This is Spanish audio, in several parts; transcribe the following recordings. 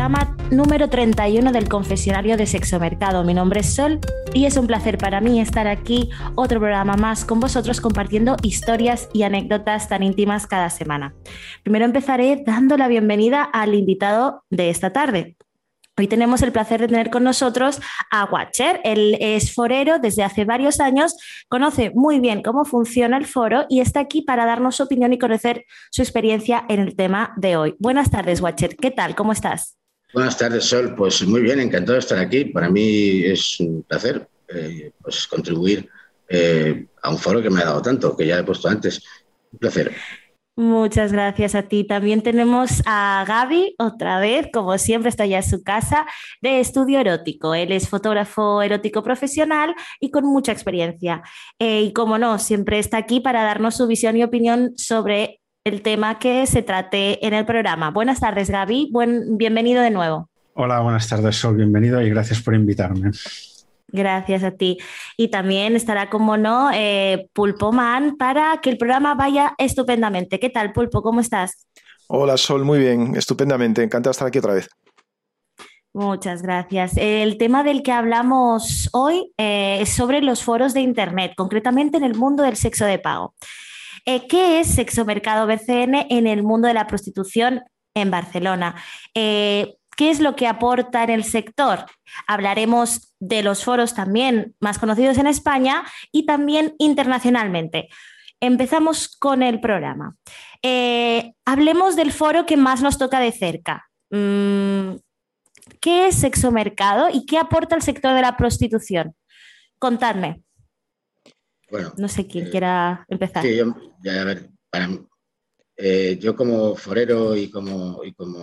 programa número 31 del Confesionario de Sexomercado. Mi nombre es Sol y es un placer para mí estar aquí, otro programa más con vosotros, compartiendo historias y anécdotas tan íntimas cada semana. Primero empezaré dando la bienvenida al invitado de esta tarde. Hoy tenemos el placer de tener con nosotros a Watcher. Él es forero desde hace varios años, conoce muy bien cómo funciona el foro y está aquí para darnos su opinión y conocer su experiencia en el tema de hoy. Buenas tardes, Watcher. ¿Qué tal? ¿Cómo estás? Buenas tardes, Sol. Pues muy bien, encantado de estar aquí. Para mí es un placer pues contribuir a un foro que me ha dado tanto, que ya he puesto antes. Un placer. Muchas gracias a ti. También tenemos a Gaby, otra vez, como siempre, está ya en su casa, de Estudio Erótico. Él es fotógrafo erótico profesional y con mucha experiencia. Y como no, siempre está aquí para darnos su visión y opinión sobre el tema que se trate en el programa. Buenas tardes, Gaby. Bienvenido de nuevo. Hola, buenas tardes, Sol. Bienvenido y gracias por invitarme. Gracias a ti. Y también estará, como no, Pulpo Man para que el programa vaya estupendamente. ¿Qué tal, Pulpo? ¿Cómo estás? Hola, Sol. Muy bien. Estupendamente. Encantado de estar aquí otra vez. Muchas gracias. El tema del que hablamos hoy es sobre los foros de Internet, concretamente en el mundo del sexo de pago. ¿Qué es Sexomercado BCN en el mundo de la prostitución en Barcelona? ¿Qué es lo que aporta en el sector? Hablaremos de los foros también más conocidos en España y también internacionalmente. Empezamos con el programa. Hablemos del foro que más nos toca de cerca. ¿Qué es Sexomercado y qué aporta al sector de la prostitución? Contadme. Bueno, no sé quién quiera empezar. Sí, a ver, yo como forero y como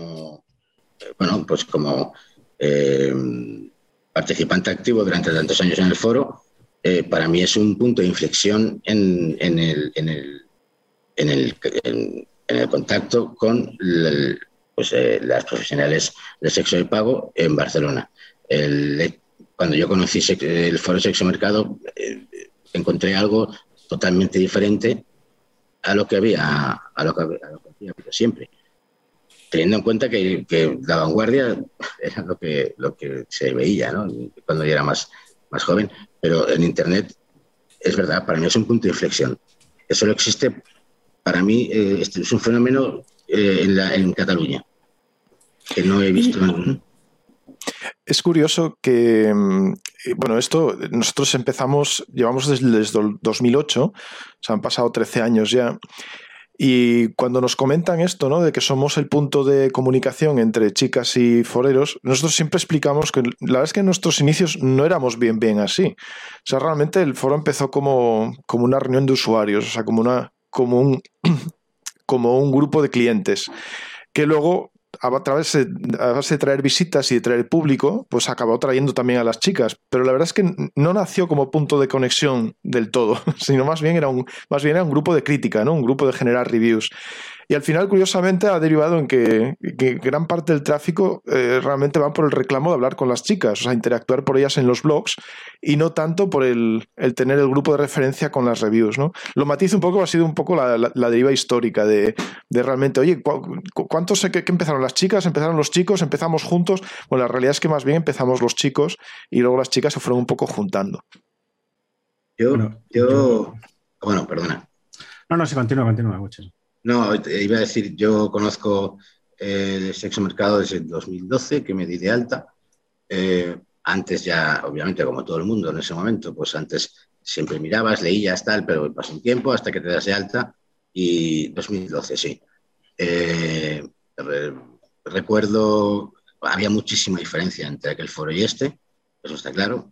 participante activo durante tantos años en el foro, para mí es un punto de inflexión en el contacto con las profesionales de sexo de pago en Barcelona. Cuando yo conocí el foro Sexomercado, encontré algo totalmente diferente a lo que había habido siempre, teniendo en cuenta que la vanguardia era lo que se veía, ¿no?, cuando yo era más joven. Pero en Internet, es verdad, para mí es un punto de inflexión. Eso solo existe, para mí, es un fenómeno en Cataluña que no he visto. Es curioso que, bueno, esto nosotros llevamos desde el 2008, o sea, han pasado 13 años ya. Y cuando nos comentan esto, ¿no?, de que somos el punto de comunicación entre chicas y foreros, nosotros siempre explicamos que la verdad es que en nuestros inicios no éramos bien así. O sea, realmente el foro empezó como una reunión de usuarios, o sea, como un grupo de clientes, que luego, a base de traer visitas y de traer público, pues acabó trayendo también a las chicas. Pero la verdad es que no nació como punto de conexión del todo, sino más bien era un grupo de crítica, ¿no?, un grupo de generar reviews. Y al final, curiosamente, ha derivado en que gran parte del tráfico realmente va por el reclamo de hablar con las chicas, o sea, interactuar por ellas en los blogs, y no tanto por el tener el grupo de referencia con las reviews, ¿no? Lo matizo un poco, ha sido un poco la deriva histórica de realmente, oye, ¿cuántos sé que empezaron las chicas? ¿Empezaron los chicos? ¿Empezamos juntos? Bueno, la realidad es que más bien empezamos los chicos y luego las chicas se fueron un poco juntando. Bueno, perdona. No, sí, continúa, muchas. No, iba a decir, yo conozco Sexomercado desde el 2012, que me di de alta. Antes ya, obviamente, como todo el mundo en ese momento, pues antes siempre mirabas, leías, tal, pero pasó un tiempo hasta que te das de alta, y 2012, sí. Recuerdo, había muchísima diferencia entre aquel foro y este, eso está claro.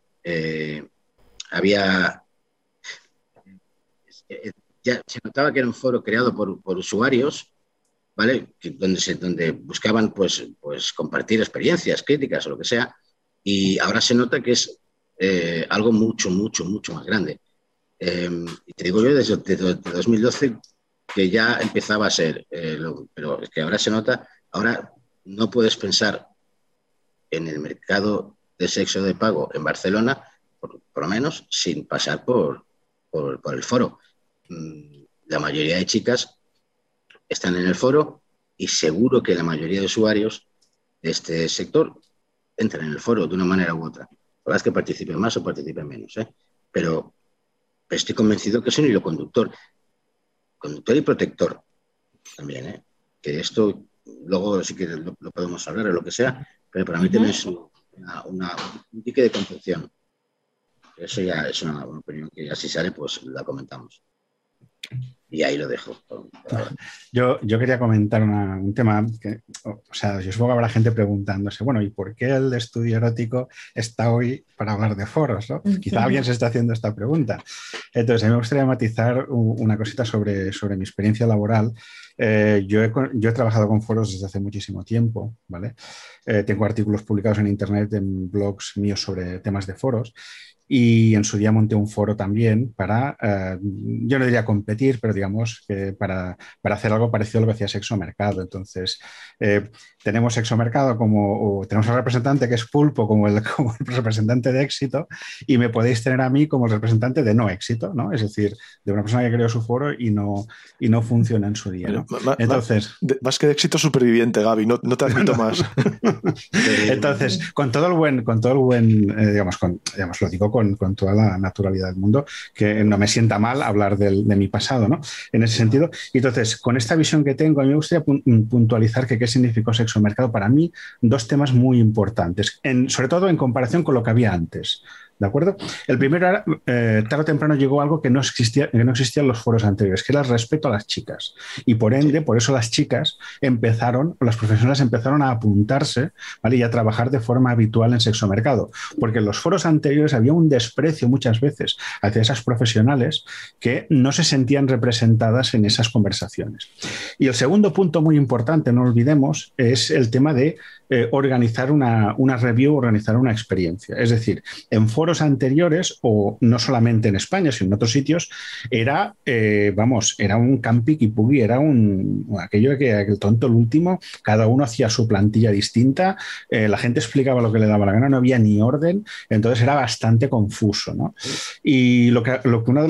Ya se notaba que era un foro creado por usuarios, ¿vale?, donde buscaban pues compartir experiencias, críticas o lo que sea, y ahora se nota que es algo mucho más grande. Y te digo yo desde 2012 que ya empezaba a ser, pero es que ahora se nota. Ahora no puedes pensar en el mercado de sexo de pago en Barcelona, por lo menos, sin pasar por el foro. La mayoría de chicas están en el foro y seguro que la mayoría de usuarios este sector entren en el foro de una manera u otra. La verdad es que participen más o participen menos, pero estoy convencido que es un hilo conductor y protector también, que esto luego si quieres lo podemos hablar o lo que sea, pero para mí también es un dique de contención. Eso ya es una opinión que ya si sale pues la comentamos. Y ahí lo dejo. Yo quería comentar un tema que, o sea, yo supongo que habrá gente preguntándose, bueno, ¿y por qué el estudio erótico está hoy para hablar de foros, ¿no? Quizá alguien se está haciendo esta pregunta. Entonces, a mí me gustaría matizar una cosita sobre mi experiencia laboral. Yo he trabajado con foros desde hace muchísimo tiempo, ¿vale? Tengo artículos publicados en internet, en blogs míos sobre temas de foros. Y en su día monté un foro también para, yo no diría competir, pero digamos que para hacer algo parecido a lo que hacía Sexo Mercado. Entonces, tenemos Sexo Mercado tenemos al representante que es Pulpo como el representante de éxito y me podéis tener a mí como el representante de no éxito, ¿no? Es decir, de una persona que creó su foro y no funciona en su día, ¿no? Entonces, más que de éxito superviviente, Gaby, no te admito más. Entonces, con todo el buen digamos, lo digo con toda la naturalidad del mundo, que no me sienta mal hablar de mi pasado, ¿no? En ese sentido. Y entonces, con esta visión que tengo, a mí me gustaría puntualizar qué significó Sexo Mercado. Para mí, dos temas muy importantes, sobre todo en comparación con lo que había antes. ¿De acuerdo? El primero era, tarde o temprano llegó algo que no existía en los foros anteriores, que era el respeto a las chicas. Y por ende, por eso las profesionales empezaron a apuntarse, ¿vale? Y a trabajar de forma habitual en Sexo Mercado. Porque en los foros anteriores había un desprecio muchas veces hacia esas profesionales que no se sentían representadas en esas conversaciones. Y el segundo punto muy importante, no olvidemos, es el tema de organizar una review, organizar una experiencia. Es decir, en foros anteriores, o no solamente en España, sino en otros sitios, era un campi y pugui, era aquello que el tonto el último, cada uno hacía su plantilla distinta, la gente explicaba lo que le daba la gana, no había ni orden, entonces era bastante confuso, ¿no? Y lo que una de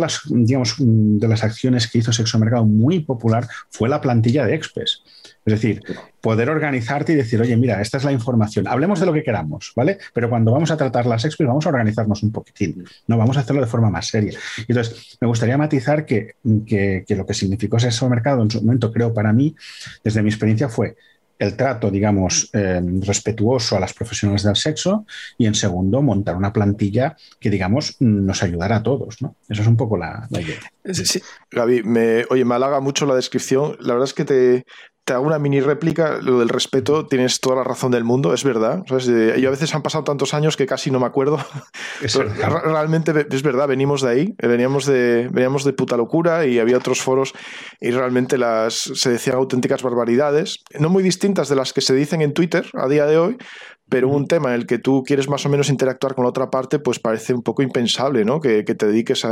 las acciones que hizo Sexo Mercado muy popular fue la plantilla de expes. Es decir, poder organizarte y decir, oye, mira, esta es la información, hablemos de lo que queramos, ¿vale? Pero cuando vamos a tratar las expes vamos a organizarnos un poquitín, no vamos a hacerlo de forma más seria. Entonces, me gustaría matizar que lo que significó Sexo Mercado en su momento, creo, para mí, desde mi experiencia, fue el trato, digamos, respetuoso a las profesionales del sexo y, en segundo, montar una plantilla que, digamos, nos ayudara a todos, ¿no? Eso es un poco la idea. Sí. Gaby, me halaga mucho la descripción. La verdad es que te hago una mini réplica. Lo del respeto, tienes toda la razón del mundo, es verdad. ¿Sabes? Yo a veces han pasado tantos años que casi no me acuerdo. Realmente es verdad, veníamos de ahí, veníamos de puta locura y había otros foros y realmente se decían auténticas barbaridades, no muy distintas de las que se dicen en Twitter a día de hoy, pero un tema en el que tú quieres más o menos interactuar con la otra parte, pues parece un poco impensable, ¿no? Que te dediques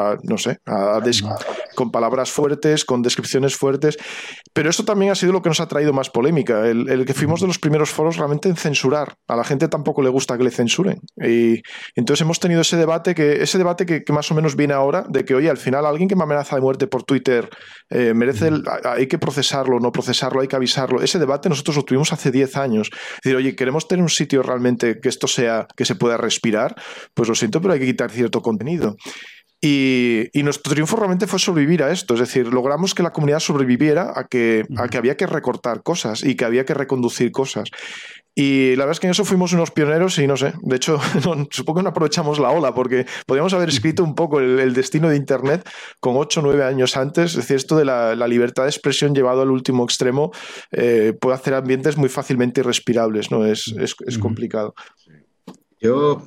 con palabras fuertes, con descripciones fuertes. Pero esto también ha sido lo que nos ha traído más polémica. El que fuimos de los primeros foros realmente en censurar. A la gente tampoco le gusta que le censuren. Y entonces hemos tenido ese debate que más o menos viene ahora, de que, oye, al final alguien que me amenaza de muerte por Twitter hay que procesarlo, no procesarlo, hay que avisarlo. Ese debate nosotros lo tuvimos hace 10 años. Es decir, oye, queremos tener un sitio realmente que esto sea, que se pueda respirar, pues lo siento, pero hay que quitar cierto contenido. Y nuestro triunfo realmente fue sobrevivir a esto, es decir, logramos que la comunidad sobreviviera a que había que recortar cosas y que había que reconducir cosas. Y la verdad es que en eso fuimos unos pioneros y no sé, de hecho, supongo que no aprovechamos la ola porque podríamos haber escrito un poco el destino de Internet con 8 o 9 años antes. Es decir, esto de la libertad de expresión llevado al último extremo puede hacer ambientes muy fácilmente irrespirables, ¿no? Es complicado. Yo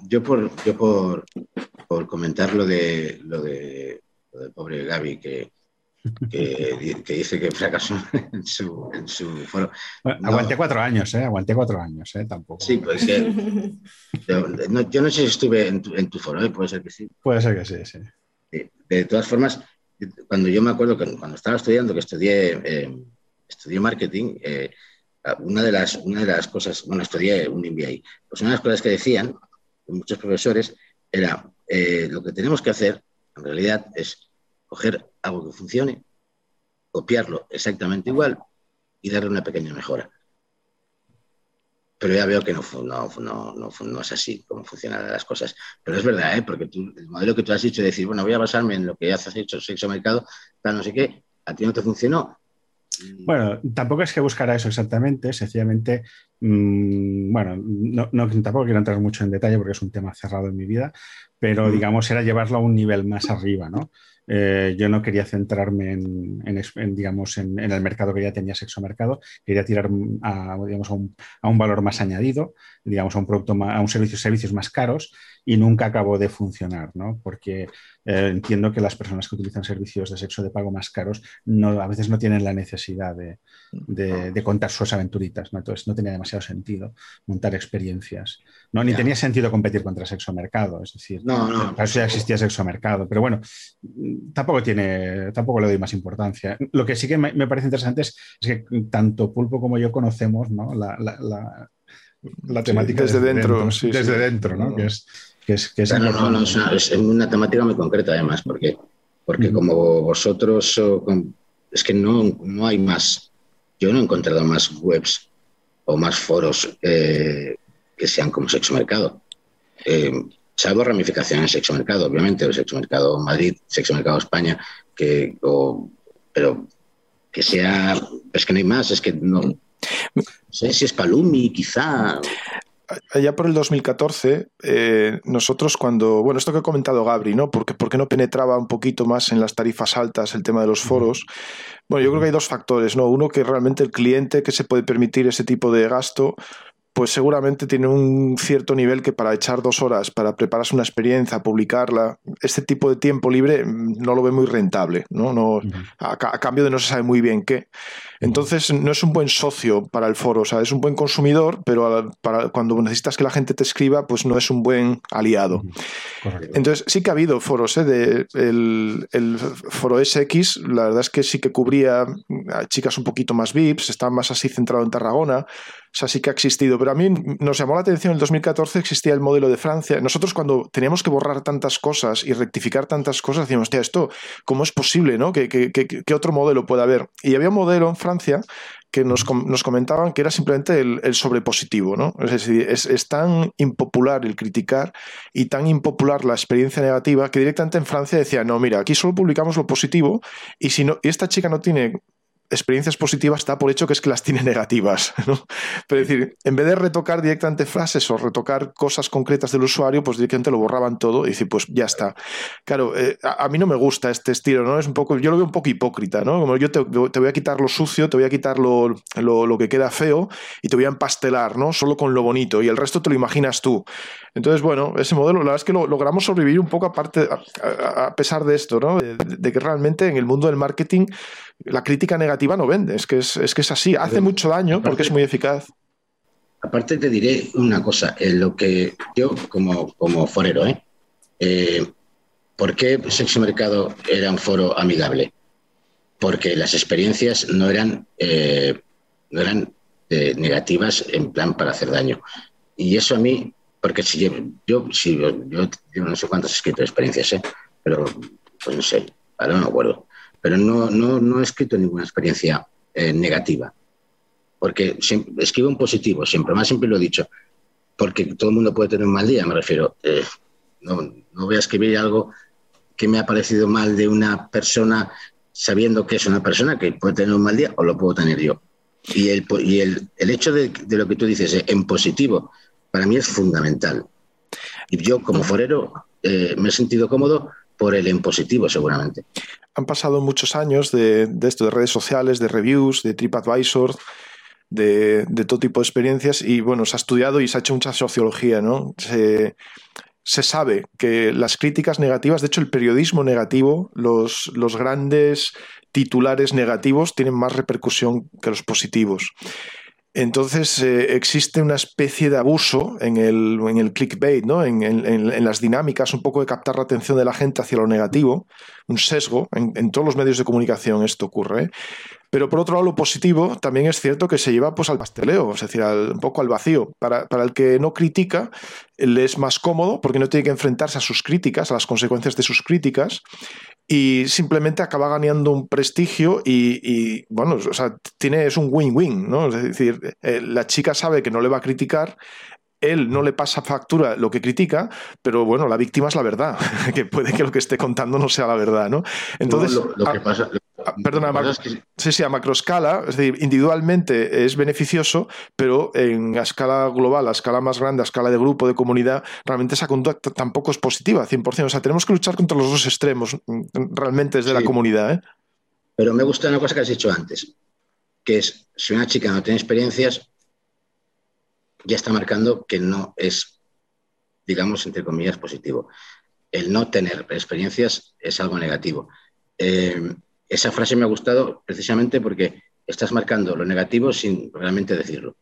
por comentar lo del pobre Gaby que dice que fracasó en su foro. Bueno, aguanté 4 años, tampoco. Sí, pues yo no sé si estuve en tu foro, puede ser que sí. Puede ser que sí. De todas formas, cuando yo me acuerdo que cuando estaba estudiando, que estudié marketing, una de las cosas, estudié un MBA, pues una de las cosas que decían muchos profesores era lo que tenemos que hacer en realidad es coger algo que funcione, copiarlo exactamente igual y darle una pequeña mejora. pero ya veo que no es así como funcionan las cosas. Pero es verdad, ¿eh? Porque el modelo que tú has dicho de decir, bueno, voy a basarme en lo que ya has hecho, sexo mercado, tal, no sé qué, a ti no te funcionó. Bueno, tampoco es que buscara eso exactamente, sencillamente, bueno, tampoco quiero entrar mucho en detalle porque es un tema cerrado en mi vida, pero digamos era llevarlo a un nivel más arriba, ¿no? Yo no quería centrarme digamos, en el mercado que ya tenía Sexo Mercado, quería tirar digamos, a un valor más añadido, digamos, a un producto, a un servicios más caros, y nunca acabó de funcionar, ¿no? Porque entiendo que las personas que utilizan servicios de sexo de pago más caros a veces no tienen la necesidad de contar sus aventuritas, ¿no? Entonces no tenía demasiado sentido montar experiencias, ¿no? Ni tenía sentido competir contra Sexo Mercado, es decir, para eso ya existía Sexo Mercado, pero bueno, tampoco le doy más importancia. Lo que sí que me parece interesante es que tanto Pulpo como yo conocemos, ¿no? la temática desde dentro, desde dentro, ¿no? Que es claro, es una temática muy concreta además, porque como vosotros, es que no hay más, yo no he encontrado más webs o más foros que sean como Sexo Mercado, salvo ramificaciones en Sexo Mercado, obviamente, el Sexo Mercado Madrid, Sexo Mercado España, pero que sea, es que no hay más, es que no sé si es Palumi, quizá. Allá por el 2014, nosotros bueno, esto que ha comentado Gabri, ¿no? ¿Por qué no penetraba un poquito más en las tarifas altas el tema de los foros? Bueno, yo creo que hay dos factores, ¿no? Uno, que realmente el cliente que se puede permitir ese tipo de gasto, pues seguramente tiene un cierto nivel que para echar 2 horas, para prepararse una experiencia, publicarla, este tipo de tiempo libre no lo ve muy rentable, ¿no? A cambio de no se sabe muy bien qué. Entonces no es un buen socio para el foro, o sea, es un buen consumidor, pero cuando necesitas que la gente te escriba, pues no es un buen aliado. Correcto. Entonces sí que ha habido foros, el foro SX, la verdad es que sí que cubría a chicas un poquito más VIPs, estaba más así centrado en Tarragona, o sea, sí que ha existido, pero a mí nos llamó la atención, en el 2014 existía el modelo de Francia. Nosotros cuando teníamos que borrar tantas cosas y rectificar tantas cosas, decíamos, hostia, esto, ¿cómo es posible, no? ¿Qué otro modelo puede haber? Y había un modelo en Francia que nos comentaban que era simplemente el sobrepositivo, ¿no? Es decir, es tan impopular el criticar y tan impopular la experiencia negativa que directamente en Francia decía, no, mira, aquí solo publicamos lo positivo y si no, y esta chica no tiene experiencias positivas, está por hecho que es que las tiene negativas, ¿no? Pero es decir, en vez de retocar directamente frases o retocar cosas concretas del usuario, pues directamente lo borraban todo y decir, pues ya está. Claro, a mí no me gusta este estilo, ¿no? Yo lo veo un poco hipócrita, ¿no? Como yo te voy a quitar lo sucio, te voy a quitar lo que queda feo y te voy a empastelar, ¿no? Solo con lo bonito y el resto te lo imaginas tú. Entonces, bueno, ese modelo, la verdad es que logramos sobrevivir un poco a pesar de esto, ¿no? De que realmente en el mundo del marketing la crítica negativa no vende, es que es así, hace mucho daño porque es muy eficaz. Aparte te diré una cosa, lo que yo como forero, ¿por qué Sexo Mercado era un foro amigable? Porque las experiencias no eran negativas en plan para hacer daño. Y eso a mí, porque yo no sé cuántas he escrito experiencias, pero pues no sé, ahora no me acuerdo. Pero no he escrito ninguna experiencia negativa, porque escribo un positivo, siempre lo he dicho, porque todo el mundo puede tener un mal día, me refiero. No voy a escribir algo que me ha parecido mal de una persona sabiendo que es una persona que puede tener un mal día o lo puedo tener yo. Y el hecho de lo que tú dices en positivo, para mí es fundamental. Y yo como forero me he sentido cómodo por el en positivo, seguramente. Han pasado muchos años de esto, de redes sociales, de reviews, de TripAdvisor, de todo tipo de experiencias y bueno, se ha estudiado y se ha hecho mucha sociología, ¿no? Se sabe que las críticas negativas, de hecho el periodismo negativo, los grandes titulares negativos tienen más repercusión que los positivos. Entonces existe una especie de abuso en el clickbait, ¿no? En las dinámicas, un poco de captar la atención de la gente hacia lo negativo, un sesgo, en todos los medios de comunicación esto ocurre, ¿eh? Pero por otro lado, lo positivo también es cierto que se lleva pues al pasteleo, es decir, un poco al vacío. Para el que no critica, le es más cómodo porque no tiene que enfrentarse a sus críticas, a las consecuencias de sus críticas, y simplemente acaba ganando un prestigio y bueno, o sea, es un win-win, ¿no? Es decir, la chica sabe que no le va a criticar, él no le pasa factura lo que critica, pero bueno, la víctima es la verdad, que puede que lo que esté contando no sea la verdad, ¿no? Entonces, lo que pasa, perdona, pasa es que sí, a macroescala, es decir, individualmente es beneficioso, pero en a escala global, a escala más grande, a escala de grupo, de comunidad, realmente esa conducta tampoco es positiva, 100%. O sea, tenemos que luchar contra los dos extremos, realmente desde la sí, comunidad, ¿eh? pero me gusta una cosa que has dicho antes, que es, si una chica no tiene experiencias, ya está marcando que no es, digamos, entre comillas, positivo. El no tener experiencias es algo negativo. Eh, Esa frase me ha gustado precisamente porque estás marcando lo negativo sin realmente decirlo.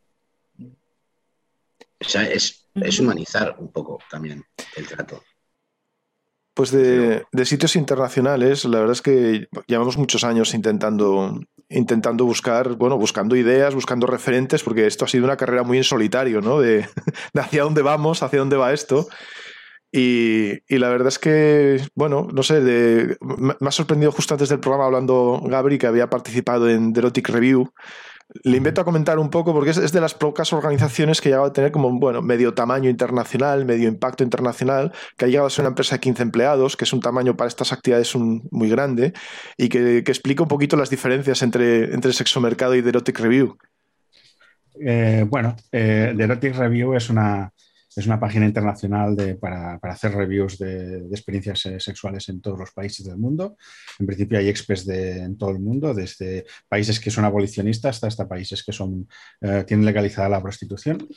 O sea, es humanizar un poco también el trato. Pues de sitios internacionales, la verdad es que llevamos muchos años intentando buscar, bueno, buscando ideas, buscando referentes, porque esto ha sido una carrera muy en solitario, ¿no? De hacia dónde vamos, hacia dónde va esto. Y la verdad es que, bueno, no sé, me ha sorprendido justo antes del programa hablando Gabri, que había participado en The Erotic Review. Le invito a comentar un poco porque es de las pocas organizaciones que ha llegado a tener como, bueno, medio tamaño internacional, medio impacto internacional, que ha llegado a ser una empresa de 15 empleados, que es un tamaño para estas actividades muy grande, y que explica un poquito las diferencias entre Sexomercado y The Erotic Review. The Erotic Review es una página internacional para hacer reviews de experiencias sexuales en todos los países del mundo. En principio hay experts en todo el mundo, desde países que son abolicionistas hasta países que tienen legalizada la prostitución.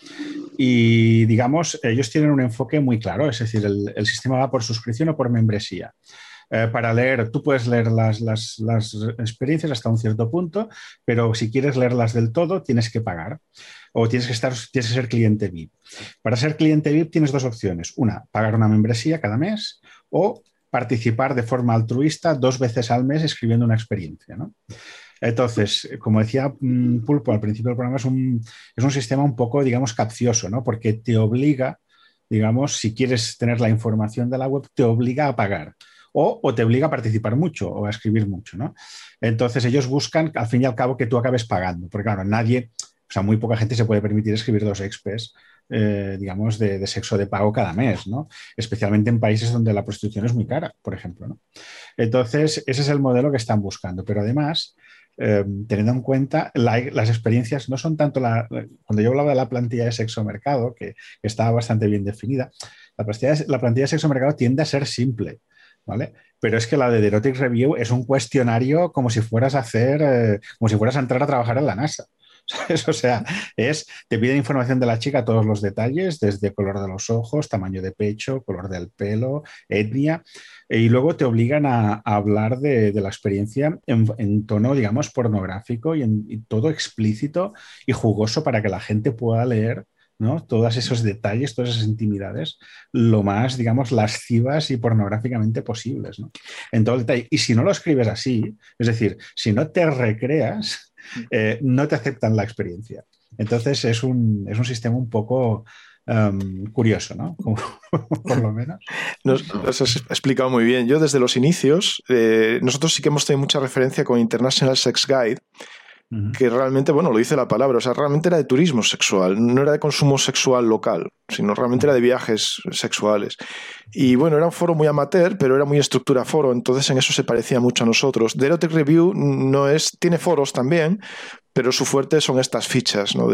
Y, digamos, ellos tienen un enfoque muy claro, es decir, el sistema va por suscripción o por membresía. Para leer, tú puedes leer las experiencias hasta un cierto punto, pero si quieres leerlas del todo, tienes que pagar o tienes que ser cliente VIP. Para ser cliente VIP tienes dos opciones. Una, pagar una membresía cada mes o participar de forma altruista 2 veces al mes escribiendo una experiencia, ¿no? Entonces, como decía Pulpo al principio del programa, es un sistema un poco, digamos, capcioso, ¿no? Porque te obliga, digamos, si quieres tener la información de la web, te obliga a pagar. O te obliga a participar mucho o a escribir mucho, ¿no? Entonces ellos buscan, al fin y al cabo, que tú acabes pagando, porque claro, muy poca gente se puede permitir escribir 2 expes, digamos, de sexo de pago cada mes, ¿no? Especialmente en países donde la prostitución es muy cara, por ejemplo, ¿no? Entonces, ese es el modelo que están buscando, pero además, teniendo en cuenta, las experiencias no son tanto cuando yo hablaba de la plantilla de Sexomercado, que estaba bastante bien definida, la plantilla de Sexomercado tiende a ser simple, ¿vale? Pero es que la de The Erotic Review es un cuestionario como si fueras a entrar a trabajar en la NASA. ¿Sabes? O sea, te piden información de la chica, todos los detalles, desde color de los ojos, tamaño de pecho, color del pelo, etnia, y luego te obligan a hablar de la experiencia en tono, digamos, pornográfico y todo explícito y jugoso para que la gente pueda leer, ¿no? Todos esos detalles, todas esas intimidades, lo más, digamos, lascivas y pornográficamente posibles, ¿no? En todo el detalle. Y si no lo escribes así, es decir, si no te recreas, no te aceptan la experiencia. Entonces es un sistema un poco curioso, ¿no? Por lo menos. Nos has explicado muy bien. Yo desde los inicios, nosotros sí que hemos tenido mucha referencia con International Sex Guide, que realmente, bueno, lo dice la palabra, o sea, realmente era de turismo sexual, no era de consumo sexual local, sino realmente era de viajes sexuales. Y bueno, era un foro muy amateur, pero era muy estructura foro, entonces en eso se parecía mucho a nosotros. The Erotic Review tiene foros también, pero su fuerte son estas fichas, ¿no?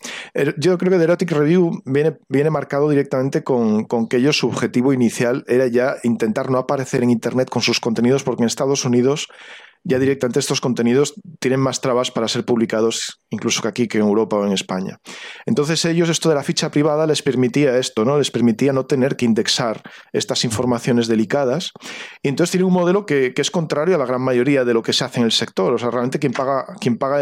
Yo creo que The Erotic Review viene marcado directamente con que ellos, su objetivo inicial era ya intentar no aparecer en Internet con sus contenidos, porque en Estados Unidos ya directamente estos contenidos tienen más trabas para ser publicados incluso que aquí, que en Europa o en España. Entonces ellos, esto de la ficha privada les permitía esto, ¿no? Les permitía no tener que indexar estas informaciones delicadas, y entonces tiene un modelo que es contrario a la gran mayoría de lo que se hace en el sector. O sea, realmente quien paga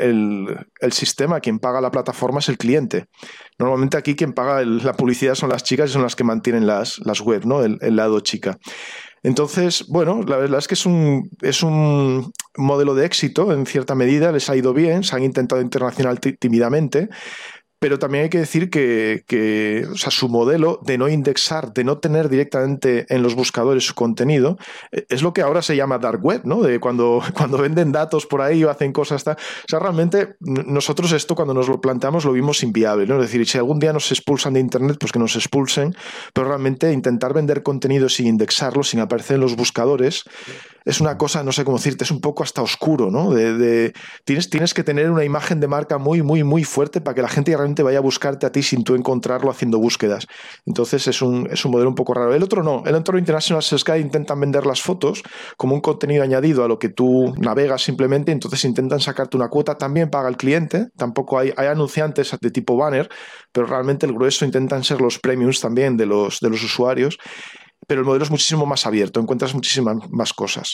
el sistema, quien paga la plataforma es el cliente. Normalmente aquí quien paga la publicidad son las chicas y son las que mantienen las web, ¿no? El lado chica. Entonces, bueno, la verdad es que es un modelo de éxito en cierta medida, les ha ido bien, se han intentado internacional tímidamente, Pero también hay que decir que o sea, su modelo de no indexar, de no tener directamente en los buscadores su contenido, es lo que ahora se llama dark web, ¿no? De cuando venden datos por ahí o hacen cosas. O sea, realmente nosotros esto cuando nos lo planteamos lo vimos inviable, ¿no? Es decir, si algún día nos expulsan de Internet, pues que nos expulsen, pero realmente intentar vender contenido sin indexarlo, sin aparecer en los buscadores, es una cosa, no sé cómo decirte, es un poco hasta oscuro, ¿no? Tienes que tener una imagen de marca muy, muy, muy fuerte para que la gente realmente vaya a buscarte a ti sin tú encontrarlo haciendo búsquedas. Entonces es un modelo un poco raro. El otro no. El otro, International Sales Guide, intentan vender las fotos como un contenido añadido a lo que tú navegas simplemente, entonces intentan sacarte una cuota. También paga el cliente, tampoco hay anunciantes de tipo banner, pero realmente el grueso intentan ser los premiums también de los usuarios. Pero el modelo es muchísimo más abierto, encuentras muchísimas más cosas.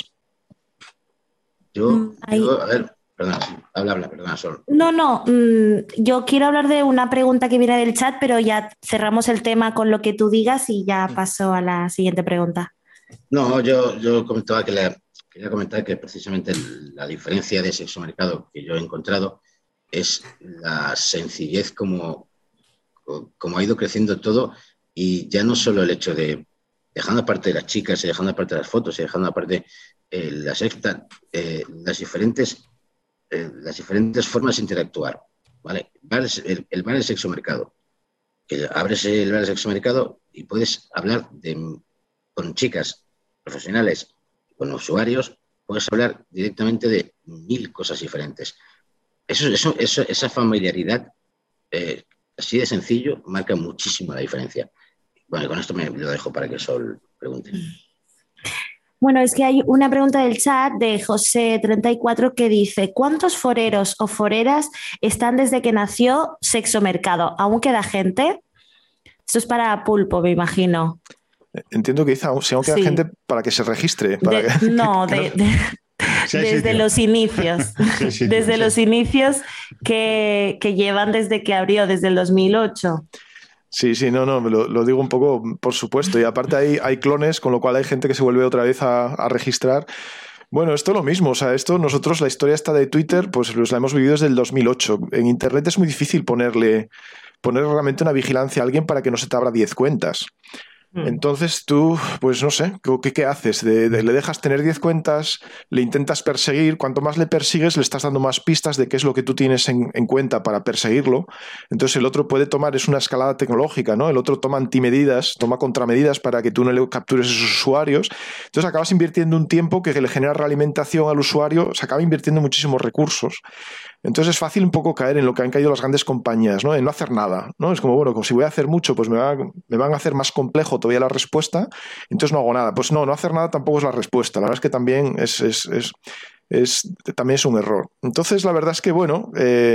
A ver, perdona, perdona, Sol. No, yo quiero hablar de una pregunta que viene del chat, pero ya cerramos el tema con lo que tú digas y ya paso a la siguiente pregunta. No, yo comentaba quería comentar que precisamente la diferencia de sexomercado que yo he encontrado es la sencillez como ha ido creciendo todo, y ya no solo el hecho de, dejando aparte de las chicas y dejando aparte de las fotos y dejando aparte las las diferentes formas de interactuar, ¿vale? El bar del sexomercado, que abres el bar del sexomercado y puedes hablar con chicas profesionales, con usuarios, puedes hablar directamente de 1000 cosas diferentes. Esa familiaridad, así de sencillo, marca muchísimo la diferencia. Bueno, con esto me lo dejo para que Sol pregunte. Bueno, es que hay una pregunta del chat de José34 que dice: ¿cuántos foreros o foreras están desde que nació Sexomercado? ¿Aún queda gente? Esto es para Pulpo, me imagino. Entiendo que dice, si aún queda gente para que se registre. Desde los inicios. Desde los inicios que llevan desde que abrió, desde el 2008. Sí, no, lo digo un poco, por supuesto. Y aparte hay clones, con lo cual hay gente que se vuelve otra vez a registrar. Bueno, esto es lo mismo. O sea, esto nosotros, la historia esta de Twitter, pues la hemos vivido desde el 2008. En Internet es muy difícil poner realmente una vigilancia a alguien para que no se te abra 10 cuentas. Entonces tú, pues no sé, ¿qué haces? Le dejas tener 10 cuentas, le intentas perseguir, cuanto más le persigues le estás dando más pistas de qué es lo que tú tienes en cuenta para perseguirlo. Entonces el otro puede tomar, es una escalada tecnológica, ¿no? El otro toma antimedidas, toma contramedidas para que tú no le captures a esos usuarios. Entonces acabas invirtiendo un tiempo que le genera realimentación al usuario, se acaba invirtiendo muchísimos recursos. Entonces es fácil un poco caer en lo que han caído las grandes compañías, ¿no? En no hacer nada, ¿no? Es como, bueno, como si voy a hacer mucho, pues me van a hacer más complejo todavía la respuesta, entonces no hago nada. Pues no hacer nada tampoco es la respuesta. La verdad es que también también es un error. Entonces la verdad es que, bueno,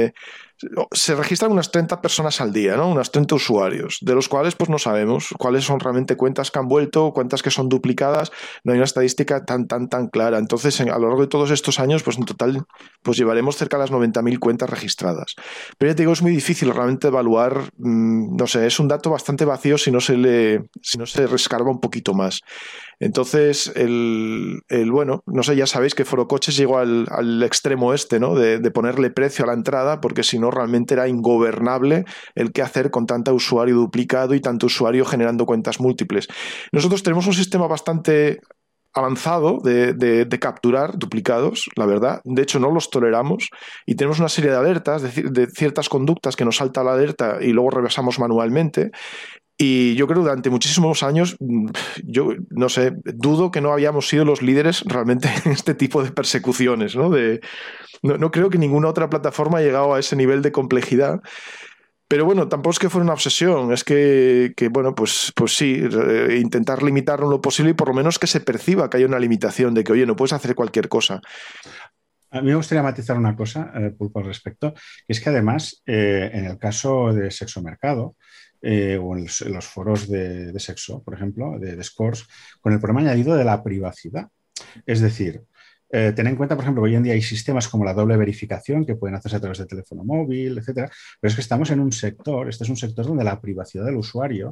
se registran unas 30 personas al día, ¿no? Unos 30 usuarios, de los cuales pues no sabemos cuáles son realmente cuentas que han vuelto, cuentas que son duplicadas. No hay una estadística tan clara. Entonces, a lo largo de todos estos años, pues en total pues llevaremos cerca de las 90.000 cuentas registradas. Pero ya te digo, es muy difícil realmente evaluar, no sé, es un dato bastante vacío si no se rescarba un poquito más. Entonces, bueno, no sé, ya sabéis que Forocoches llegó al extremo este, ¿no? De ponerle precio a la entrada, porque si no realmente era ingobernable el qué hacer con tanto usuario duplicado y tanto usuario generando cuentas múltiples. Nosotros tenemos un sistema bastante avanzado de capturar duplicados, la verdad. De hecho, no los toleramos y tenemos una serie de alertas de ciertas conductas que nos salta la alerta y luego revisamos manualmente. Y yo creo que durante muchísimos años, yo no sé, dudo que no habíamos sido los líderes realmente en este tipo de persecuciones, ¿no? No creo que ninguna otra plataforma haya llegado a ese nivel de complejidad. Pero bueno, tampoco es que fuera una obsesión, es que bueno, pues sí, intentar limitarlo lo posible y por lo menos que se perciba que hay una limitación de que, oye, no puedes hacer cualquier cosa. A mí me gustaría matizar una cosa, Pulpo, al respecto, que es que además, en el caso de Sexomercado, o en los foros de sexo, por ejemplo, de Scores, con el problema añadido de la privacidad. Es decir, ten en cuenta, por ejemplo, que hoy en día hay sistemas como la doble verificación que pueden hacerse a través de teléfono móvil, etcétera, pero es que estamos en un sector, este es un sector donde la privacidad del usuario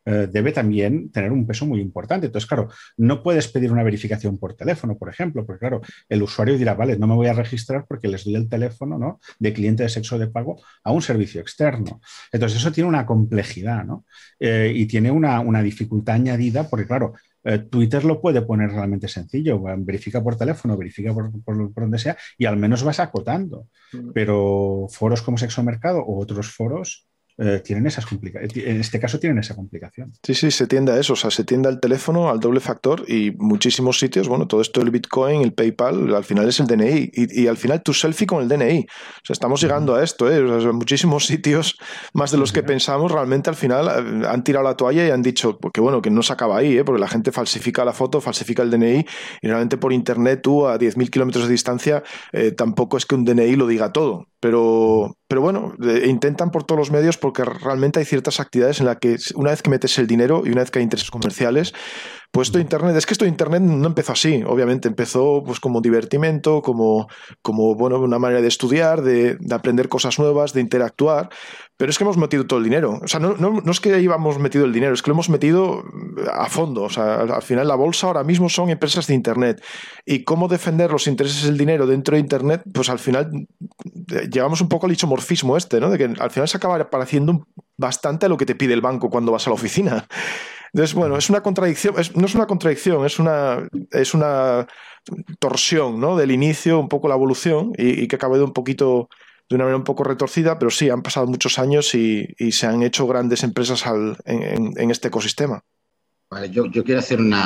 debe también tener un peso muy importante. Entonces, claro, no puedes pedir una verificación por teléfono, por ejemplo, porque claro, el usuario dirá, vale, no me voy a registrar porque les doy el teléfono, ¿no?, de cliente de sexo de pago a un servicio externo. Entonces, eso tiene una complejidad, ¿no? Y tiene una dificultad añadida porque, claro, Twitter lo puede poner realmente sencillo, verifica por teléfono, verifica por donde sea y al menos vas acotando. Pero foros como Sexo Mercado o otros foros tienen esas complicaciones. En este caso tienen esa complicación. Sí, sí, se tiende a eso, o sea, se tiende al teléfono, al doble factor y muchísimos sitios, bueno, todo esto del Bitcoin, el PayPal, al final es el DNI y al final tu selfie con el DNI. O sea, estamos llegando a esto, ¿eh? O sea, muchísimos sitios, más de los que pensamos, realmente al final han tirado la toalla y han dicho que bueno, que no se acaba ahí, ¿eh? Porque la gente falsifica la foto, falsifica el DNI y realmente por internet tú a 10.000 kilómetros de distancia tampoco es que un DNI lo diga todo. Pero bueno, intentan por todos los medios porque realmente hay ciertas actividades en las que una vez que metes el dinero y una vez que hay intereses comerciales, pues esto de Internet, es que esto de Internet no empezó así, obviamente, empezó pues como divertimento, como bueno, una manera de estudiar, de aprender cosas nuevas, de interactuar, pero es que hemos metido todo el dinero. O sea, no es que íbamos metido el dinero, es que lo hemos metido a fondo. O sea, al final la bolsa ahora mismo son empresas de Internet. Y cómo defender los intereses del dinero dentro de Internet, pues al final llevamos un poco al isomorfismo este, ¿no? De que al final se acaba pareciendo bastante a lo que te pide el banco cuando vas a la oficina. Entonces, bueno, es una contradicción, no es una contradicción, es una torsión, ¿no?, del inicio, un poco la evolución, y que ha acabado un poquito de una manera un poco retorcida, pero sí, han pasado muchos años y se han hecho grandes empresas en este ecosistema. Vale, yo quiero hacer un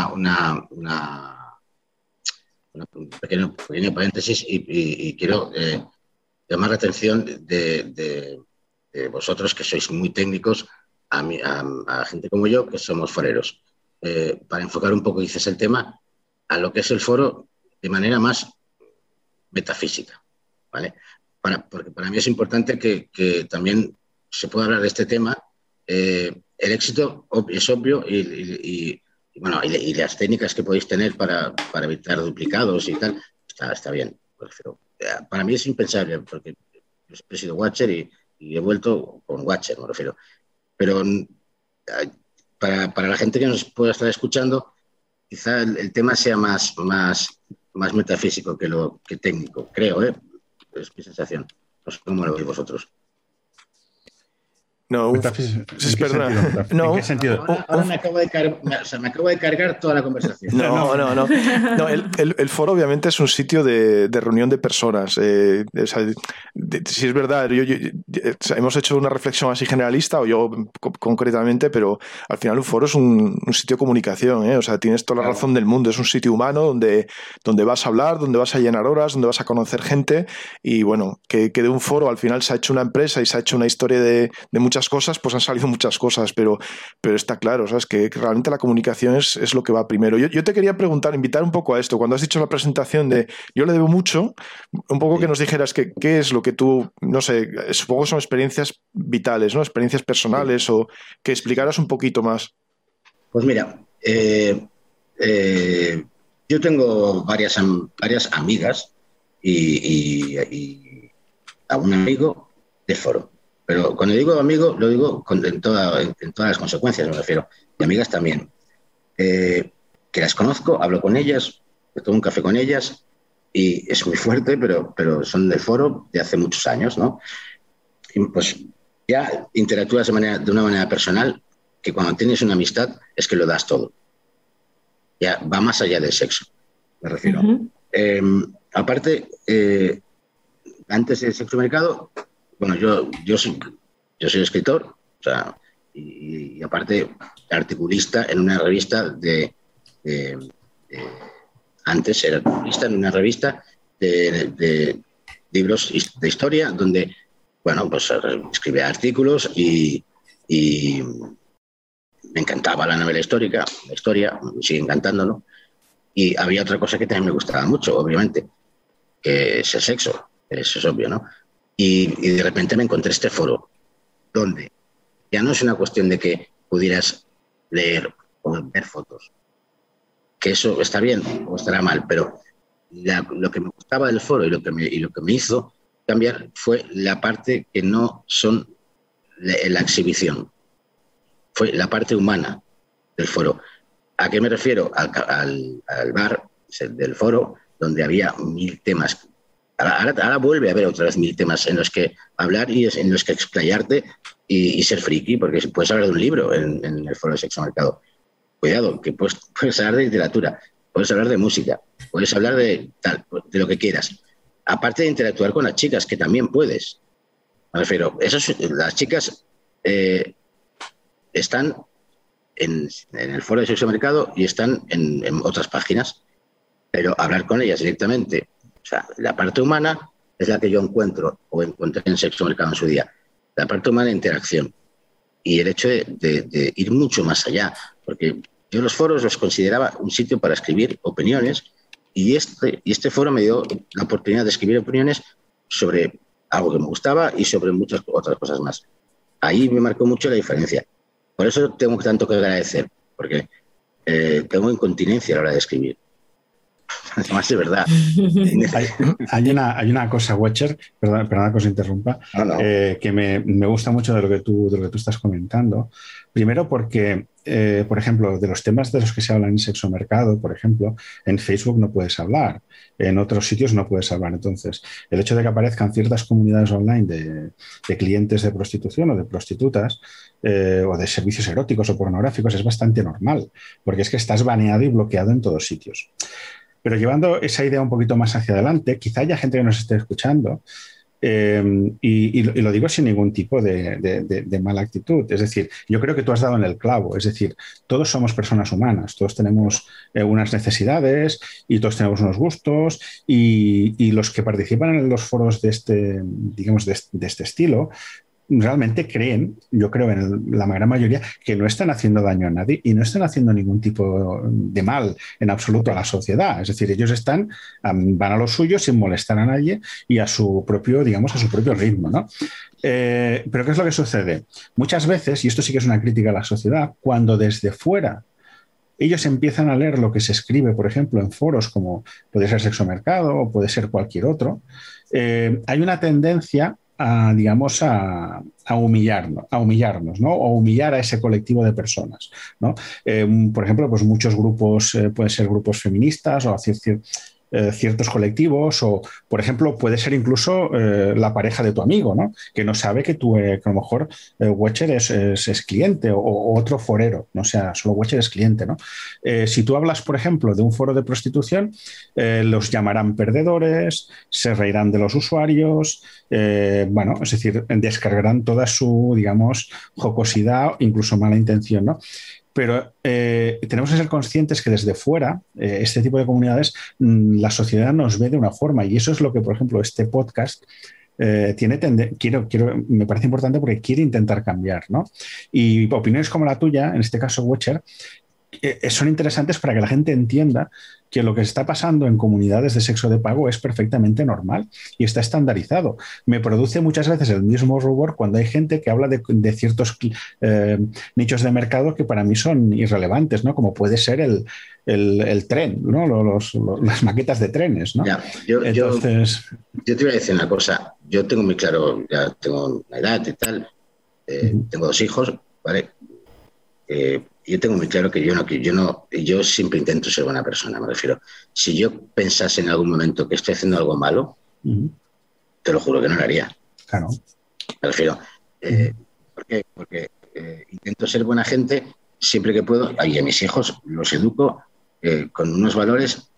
pequeño paréntesis y quiero llamar la atención de vosotros, que sois muy técnicos, a gente como yo, que somos foreros, para enfocar un poco, dices, el tema a lo que es el foro de manera más metafísica, ¿vale? Porque para mí es importante que también se pueda hablar de este tema. El éxito es obvio y las técnicas que podéis tener para evitar duplicados y tal, está bien. Pero para mí es impensable, porque yo siempre he sido Watcher y he vuelto con Watcher, me refiero. Pero para la gente que nos pueda estar escuchando, quizá el tema sea más metafísico que técnico, creo, ¿eh? Es mi sensación. No sé cómo lo veis vosotros. No, ¿En qué sentido? Ahora me acabo de cargar toda la conversación. No. El foro obviamente es un sitio de reunión de personas. Si es verdad, hemos hecho una reflexión así generalista, o yo concretamente, pero al final un foro es un sitio de comunicación, ¿eh? O sea, tienes toda la razón del mundo. Es un sitio humano donde vas a hablar, donde vas a llenar horas, donde vas a conocer gente. Y bueno, que de un foro al final se ha hecho una empresa y se ha hecho una historia de muchas cosas, pues han salido muchas cosas, pero está claro, ¿sabes? Que realmente la comunicación es lo que va primero. Yo te quería invitar un poco a esto. Cuando has dicho en la presentación de yo le debo mucho, un poco que nos dijeras qué es lo que tú, no sé, supongo que son experiencias vitales, ¿no? Experiencias personales, o que explicaras un poquito más. Pues mira, yo tengo varias amigas y a un amigo del foro. Pero cuando digo amigo, lo digo en todas las consecuencias, me refiero. Y amigas también. Que las conozco, hablo con ellas, tomo un café con ellas y es muy fuerte, pero son del foro de hace muchos años, ¿no? Y pues ya interactúas de una manera personal, que cuando tienes una amistad es que lo das todo. Ya va más allá del sexo, me refiero. Uh-huh. Aparte, antes del sexo mercado, bueno, yo soy escritor, o sea, y aparte articulista en una revista antes era articulista en una revista de libros de historia, donde, bueno, pues escribía artículos y me encantaba la novela histórica, la historia, me sigue encantándolo. Y había otra cosa que también me gustaba mucho, obviamente, que es el sexo, eso es obvio, ¿no? Y de repente me encontré este foro, donde ya no es una cuestión de que pudieras leer o ver fotos, que eso está bien o estará mal, pero lo que me gustaba del foro y lo que me hizo cambiar fue la parte que no son la exhibición. fue la parte humana del foro. ¿A qué me refiero? Al bar del foro, donde había 1000 temas. Ahora vuelve a haber otra vez 1000 temas en los que hablar y en los que explayarte y ser friki, porque puedes hablar de un libro en el foro de Sexo Mercado. Cuidado, que puedes hablar de literatura, puedes hablar de música, puedes hablar de lo que quieras. Aparte de interactuar con las chicas, que también puedes. Me refiero, las chicas están en el foro de Sexo Mercado y están en otras páginas, pero hablar con ellas directamente, o sea, la parte humana es la que yo encuentro o encontré en Sexo Mercado en su día, la parte humana de interacción y el hecho de ir mucho más allá, porque yo los foros los consideraba un sitio para escribir opiniones y este foro me dio la oportunidad de escribir opiniones sobre algo que me gustaba y sobre muchas otras cosas más. Ahí me marcó mucho la diferencia. Por eso tengo tanto que agradecer, porque tengo incontinencia a la hora de escribir. Además, de verdad. Hay una cosa, Watcher, perdona que os interrumpa, que me gusta mucho de lo que tú estás comentando. Primero porque, por ejemplo, de los temas de los que se hablan en Sexo Mercado, por ejemplo, en Facebook no puedes hablar, en otros sitios no puedes hablar. Entonces, el hecho de que aparezcan ciertas comunidades online de clientes de prostitución o de prostitutas o de servicios eróticos o pornográficos es bastante normal, porque es que estás baneado y bloqueado en todos sitios. Pero llevando esa idea un poquito más hacia adelante, quizá haya gente que nos esté escuchando y lo digo sin ningún tipo de mala actitud. Es decir, yo creo que tú has dado en el clavo. Es decir, todos somos personas humanas, todos tenemos unas necesidades y todos tenemos unos gustos y los que participan en los foros de este estilo realmente creen, yo creo en la gran mayoría, que no están haciendo daño a nadie y no están haciendo ningún tipo de mal en absoluto a la sociedad. Es decir, ellos van a lo suyo sin molestar a nadie y a su propio ritmo, ¿no? Pero ¿qué es lo que sucede? Muchas veces, y esto sí que es una crítica a la sociedad, cuando desde fuera ellos empiezan a leer lo que se escribe, por ejemplo, en foros como puede ser Sexo Mercado o puede ser cualquier otro, hay una tendencia a humillarnos, ¿no? O humillar a ese colectivo de personas, ¿no? Por ejemplo, pues muchos grupos, pueden ser grupos feministas o ciertos colectivos o, por ejemplo, puede ser incluso la pareja de tu amigo, ¿no? Que no sabe que a lo mejor Watcher es cliente o otro forero, no sea solo Watcher es cliente, ¿no? Si tú hablas, por ejemplo, de un foro de prostitución, los llamarán perdedores, se reirán de los usuarios, es decir, descargarán toda su, jocosidad, incluso mala intención, ¿no? Pero tenemos que ser conscientes que desde fuera, este tipo de comunidades, la sociedad nos ve de una forma y eso es lo que, por ejemplo, este podcast me parece importante porque quiere intentar cambiar, ¿no? Y opiniones como la tuya, en este caso Watcher, son interesantes para que la gente entienda que lo que está pasando en comunidades de sexo de pago es perfectamente normal y está estandarizado. Me produce muchas veces el mismo rubor cuando hay gente que habla de ciertos nichos de mercado que para mí son irrelevantes, ¿no? Como puede ser el tren, ¿no? Las maquetas de trenes, ¿no? Ya, yo te voy a decir una cosa. Yo tengo muy claro, ya tengo una edad y tal, tengo 2 hijos, ¿vale? Yo tengo muy claro que yo siempre intento ser buena persona, me refiero. Si yo pensase en algún momento que estoy haciendo algo malo, te lo juro que no lo haría. Claro. Me refiero. ¿Por qué? Porque intento ser buena gente siempre que puedo, y a mis hijos los educo con unos valores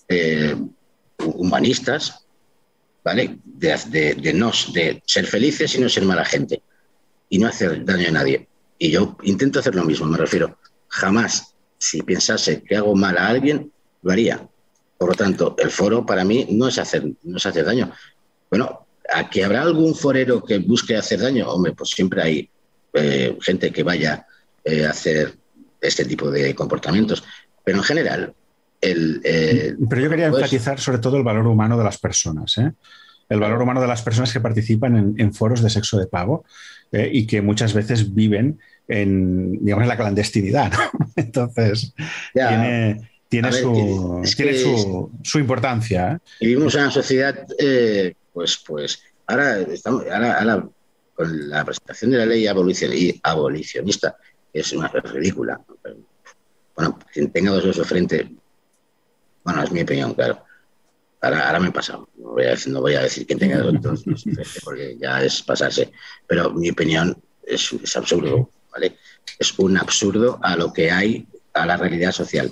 humanistas, ¿vale? De ser felices y no ser mala gente y no hacer daño a nadie. Y yo intento hacer lo mismo, me refiero. Jamás, si pensase que hago mal a alguien, lo haría. Por lo tanto, el foro para mí no es hacer daño. Bueno, ¿a que habrá algún forero que busque hacer daño? Hombre, pues siempre hay gente que vaya a hacer este tipo de comportamientos. Pero en general... Pero yo quería enfatizar sobre todo el valor humano de las personas, ¿eh? El valor humano de las personas que participan en foros de sexo de pago y que muchas veces viven en la clandestinidad, ¿no? Entonces, tiene su importancia, ¿eh? Vivimos en una sociedad, pues ahora con la presentación de la ley abolicionista, es ridícula. Bueno, quien tenga dos dedos de frente, bueno, es mi opinión, claro. Ahora me he pasado. No voy a decir quién tenga dos dedos de frente porque ya es pasarse. Pero mi opinión es absurdo, ¿vale? Es un absurdo a lo que hay, a la realidad social.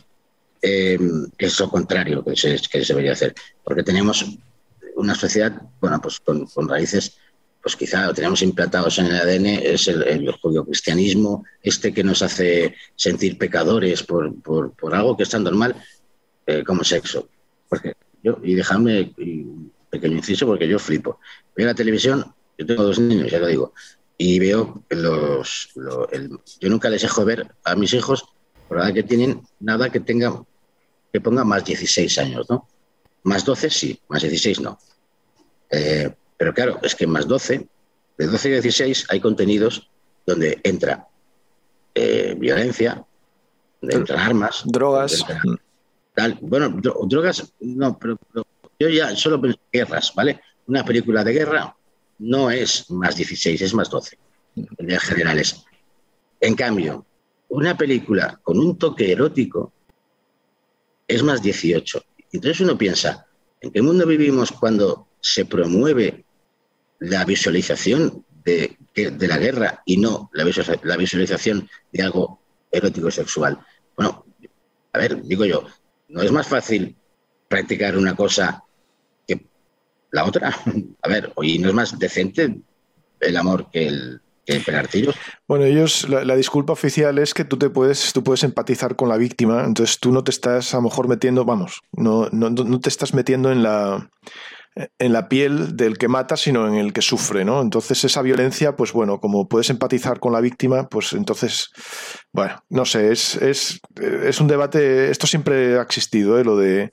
Es lo contrario que se debería hacer. Porque tenemos una sociedad, bueno, pues con raíces, pues quizá lo tenemos implantados en el ADN, es el judio-cristianismo, que nos hace sentir pecadores por algo que es tan normal como sexo. Porque y dejadme un pequeño inciso porque yo flipo. Veo la televisión, yo tengo 2 niños, ya lo digo, y veo yo nunca les dejo ver a mis hijos, por la edad que tienen, nada que ponga más 16 años, ¿no? Más 12 sí, más 16 no. Pero claro, es que más 12, de 12 a 16 hay contenidos donde entra violencia, donde entran armas, drogas. Bueno, drogas no, pero yo ya solo pienso guerras, ¿vale? Una película de guerra no es más 16, es más 12, en líneas generales. En cambio, una película con un toque erótico es más 18. Entonces uno piensa, ¿en qué mundo vivimos cuando se promueve la visualización de la guerra y no la visualización de algo erótico sexual? Bueno, a ver, digo yo, ¿no es más fácil practicar una cosa que la otra? A ver, ¿y no es más decente el amor que el pegar tiros? Bueno, la disculpa oficial es que tú puedes empatizar con la víctima, entonces tú no te estás a lo mejor metiendo, no te estás metiendo en la piel del que mata, sino en el que sufre, ¿no? Entonces esa violencia, pues bueno, como puedes empatizar con la víctima, pues entonces, bueno, no sé, es un debate, esto siempre ha existido, lo de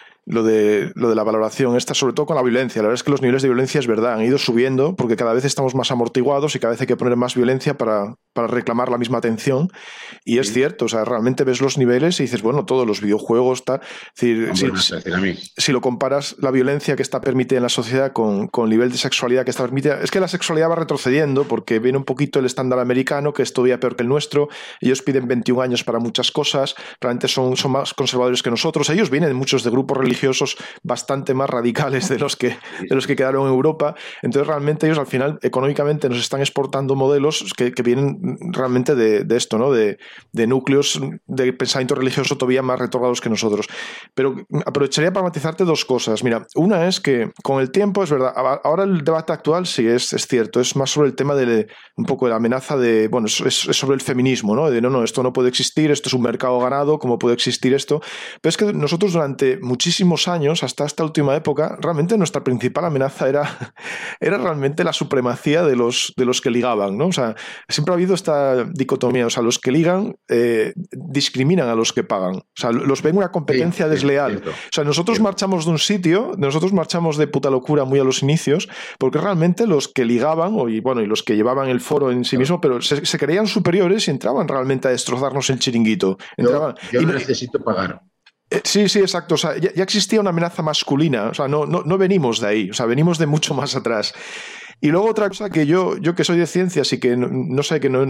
la valoración esta, sobre todo con la violencia. La verdad es que los niveles de violencia, es verdad, han ido subiendo porque cada vez estamos más amortiguados y cada vez hay que poner más violencia para reclamar la misma atención. Y es cierto, o sea, realmente ves los niveles y dices, bueno, todos los videojuegos, tal. Es decir, si lo comparas la violencia que está permitida en la sociedad con el nivel de sexualidad que está permitida, es que la sexualidad va retrocediendo porque viene un poquito el estándar americano, que es todavía peor que el nuestro. Ellos piden 21 años para muchas cosas, realmente son más conservadores que nosotros. Ellos vienen muchos de grupos religiosos bastante más radicales de los que quedaron en Europa. Entonces realmente ellos al final económicamente nos están exportando modelos que vienen realmente de esto, ¿no? De núcleos de pensamiento religioso todavía más retorgados que nosotros. Pero aprovecharía para matizarte 2 cosas. Mira, una es que con el tiempo, es verdad, ahora el debate actual sí es cierto, es más sobre el tema de un poco de la amenaza de, bueno, es sobre el feminismo, ¿no? De no, esto no puede existir, esto es un mercado ganado, ¿cómo puede existir esto? Pero es que nosotros durante muchísimos años, hasta esta última época, realmente nuestra principal amenaza era realmente la supremacía de los que ligaban, ¿no? O sea, siempre ha habido esta dicotomía, o sea, los que ligan discriminan a los que pagan, o sea, los ven una competencia desleal. O sea, nosotros marchamos de un sitio, nosotros marchamos de puta locura muy a los inicios, porque realmente los que ligaban, y los que llevaban el foro en sí mismo, pero se creían superiores y entraban realmente a destrozarnos el chiringuito. Yo no necesito pagar. Sí, exacto. O sea, ya existía una amenaza masculina. O sea, no venimos de ahí. O sea, venimos de mucho más atrás. Y luego otra cosa que yo que soy de ciencias y que no sé, que no,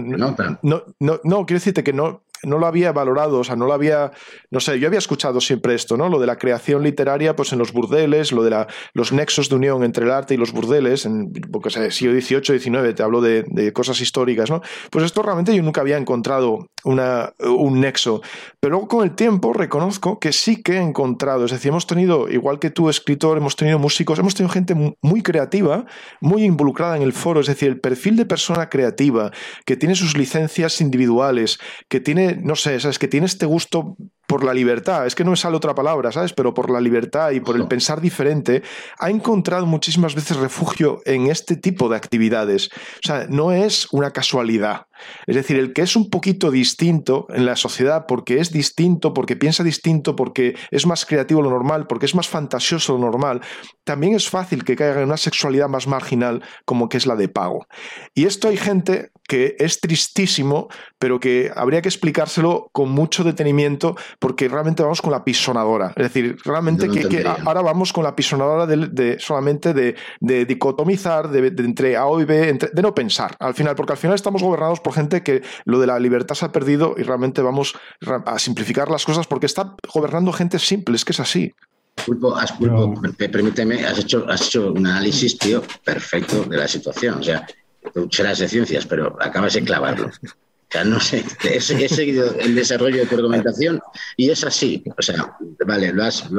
quiero decirte que no lo había valorado, o sea, no sé, yo había escuchado siempre esto, ¿no? Lo de la creación literaria, pues en los burdeles, lo de los nexos de unión entre el arte y los burdeles, porque siglo XVIII, XIX, te hablo de cosas históricas, ¿no? Pues esto realmente yo nunca había encontrado un nexo. Pero luego con el tiempo reconozco que sí que he encontrado, es decir, hemos tenido, igual que tú, escritor, hemos tenido músicos, hemos tenido gente muy creativa, muy involucrada en el foro, es decir, el perfil de persona creativa, que tiene sus licencias individuales, que tiene, no sé, ¿sabes? Que tiene este gusto por la libertad, es que no me sale otra palabra, ¿sabes? Pero por la libertad y por el pensar diferente, ha encontrado muchísimas veces refugio en este tipo de actividades. O sea, no es una casualidad. Es decir, el que es un poquito distinto en la sociedad porque es distinto, porque piensa distinto, porque es más creativo de lo normal, porque es más fantasioso de lo normal, también es fácil que caiga en una sexualidad más marginal como que es la de pago. Y esto hay gente que es tristísimo, pero que habría que explicárselo con mucho detenimiento porque realmente vamos con la pisonadora. Es decir, realmente que ahora vamos con la pisonadora solamente de dicotomizar, de entre A y B, de no pensar al final, porque al final estamos gobernados por gente que lo de la libertad se ha perdido y realmente vamos a simplificar las cosas porque está gobernando gente simple, es que es así. Pulpo, permíteme, has hecho un análisis, tío, perfecto de la situación. O sea, tú serás de ciencias, pero acabas de clavarlo. O sea, no sé, he seguido el desarrollo de tu argumentación y es así. O sea, vale, lo has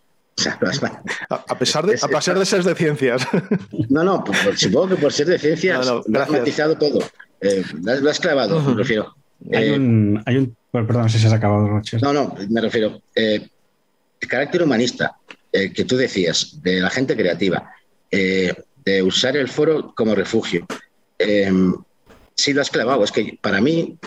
a pesar de ser de ciencias. No, pues, supongo que por ser de ciencias lo has matizado todo. Lo has clavado, me refiero. Perdón, no sé si has acabado, Rocher. No, me refiero. El carácter humanista que tú decías, de la gente creativa, de usar el foro como refugio. Sí, lo has clavado. Es que para mí,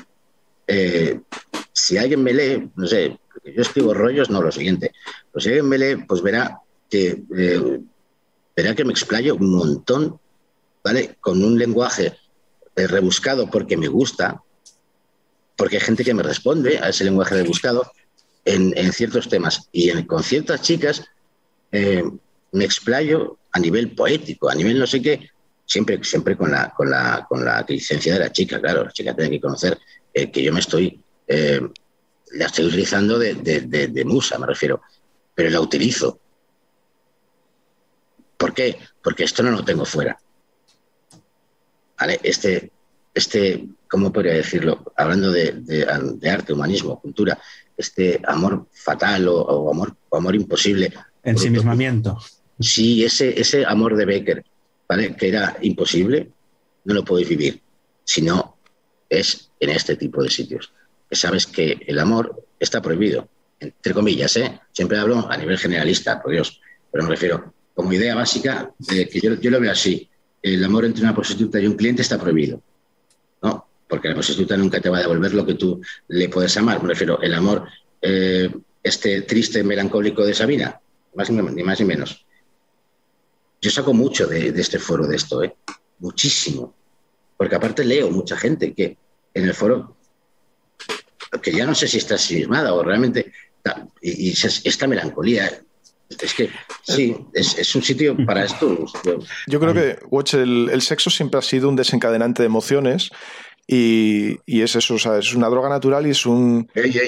si alguien me lee, no sé, yo escribo rollos, no lo siguiente. Pues si alguien me lee, pues verá que me explayo un montón, ¿vale? Con un lenguaje rebuscado porque me gusta, porque hay gente que me responde a ese lenguaje rebuscado en ciertos temas. Y con ciertas chicas me explayo a nivel poético, a nivel no sé qué, siempre con la licencia de la chica, claro. La chica tiene que conocer que yo la estoy utilizando de musa, me refiero, pero la utilizo. ¿Por qué? Porque esto no lo tengo fuera. ¿Vale? ¿Cómo podría decirlo? Hablando de arte, humanismo, cultura, este amor fatal o amor imposible. Ensimismamiento. Sí, ese amor de Becker, ¿vale? Que era imposible, no lo podéis vivir, si no es en este tipo de sitios. Que sabes que el amor está prohibido, entre comillas, ¿eh? Siempre hablo a nivel generalista, por Dios, pero me refiero como idea básica que yo lo veo así. El amor entre una prostituta y un cliente está prohibido, ¿no? Porque la prostituta nunca te va a devolver lo que tú le puedes amar. Me refiero, el amor triste, melancólico de Sabina, ni más ni menos. Yo saco mucho de este foro de esto, muchísimo. Porque aparte leo mucha gente que en el foro, que ya no sé si está ensimismada o realmente, y esta melancolía. Es que sí, es un sitio para esto. Yo creo que, Watch, el sexo siempre ha sido un desencadenante de emociones y es eso, o sea, es una droga natural y es un...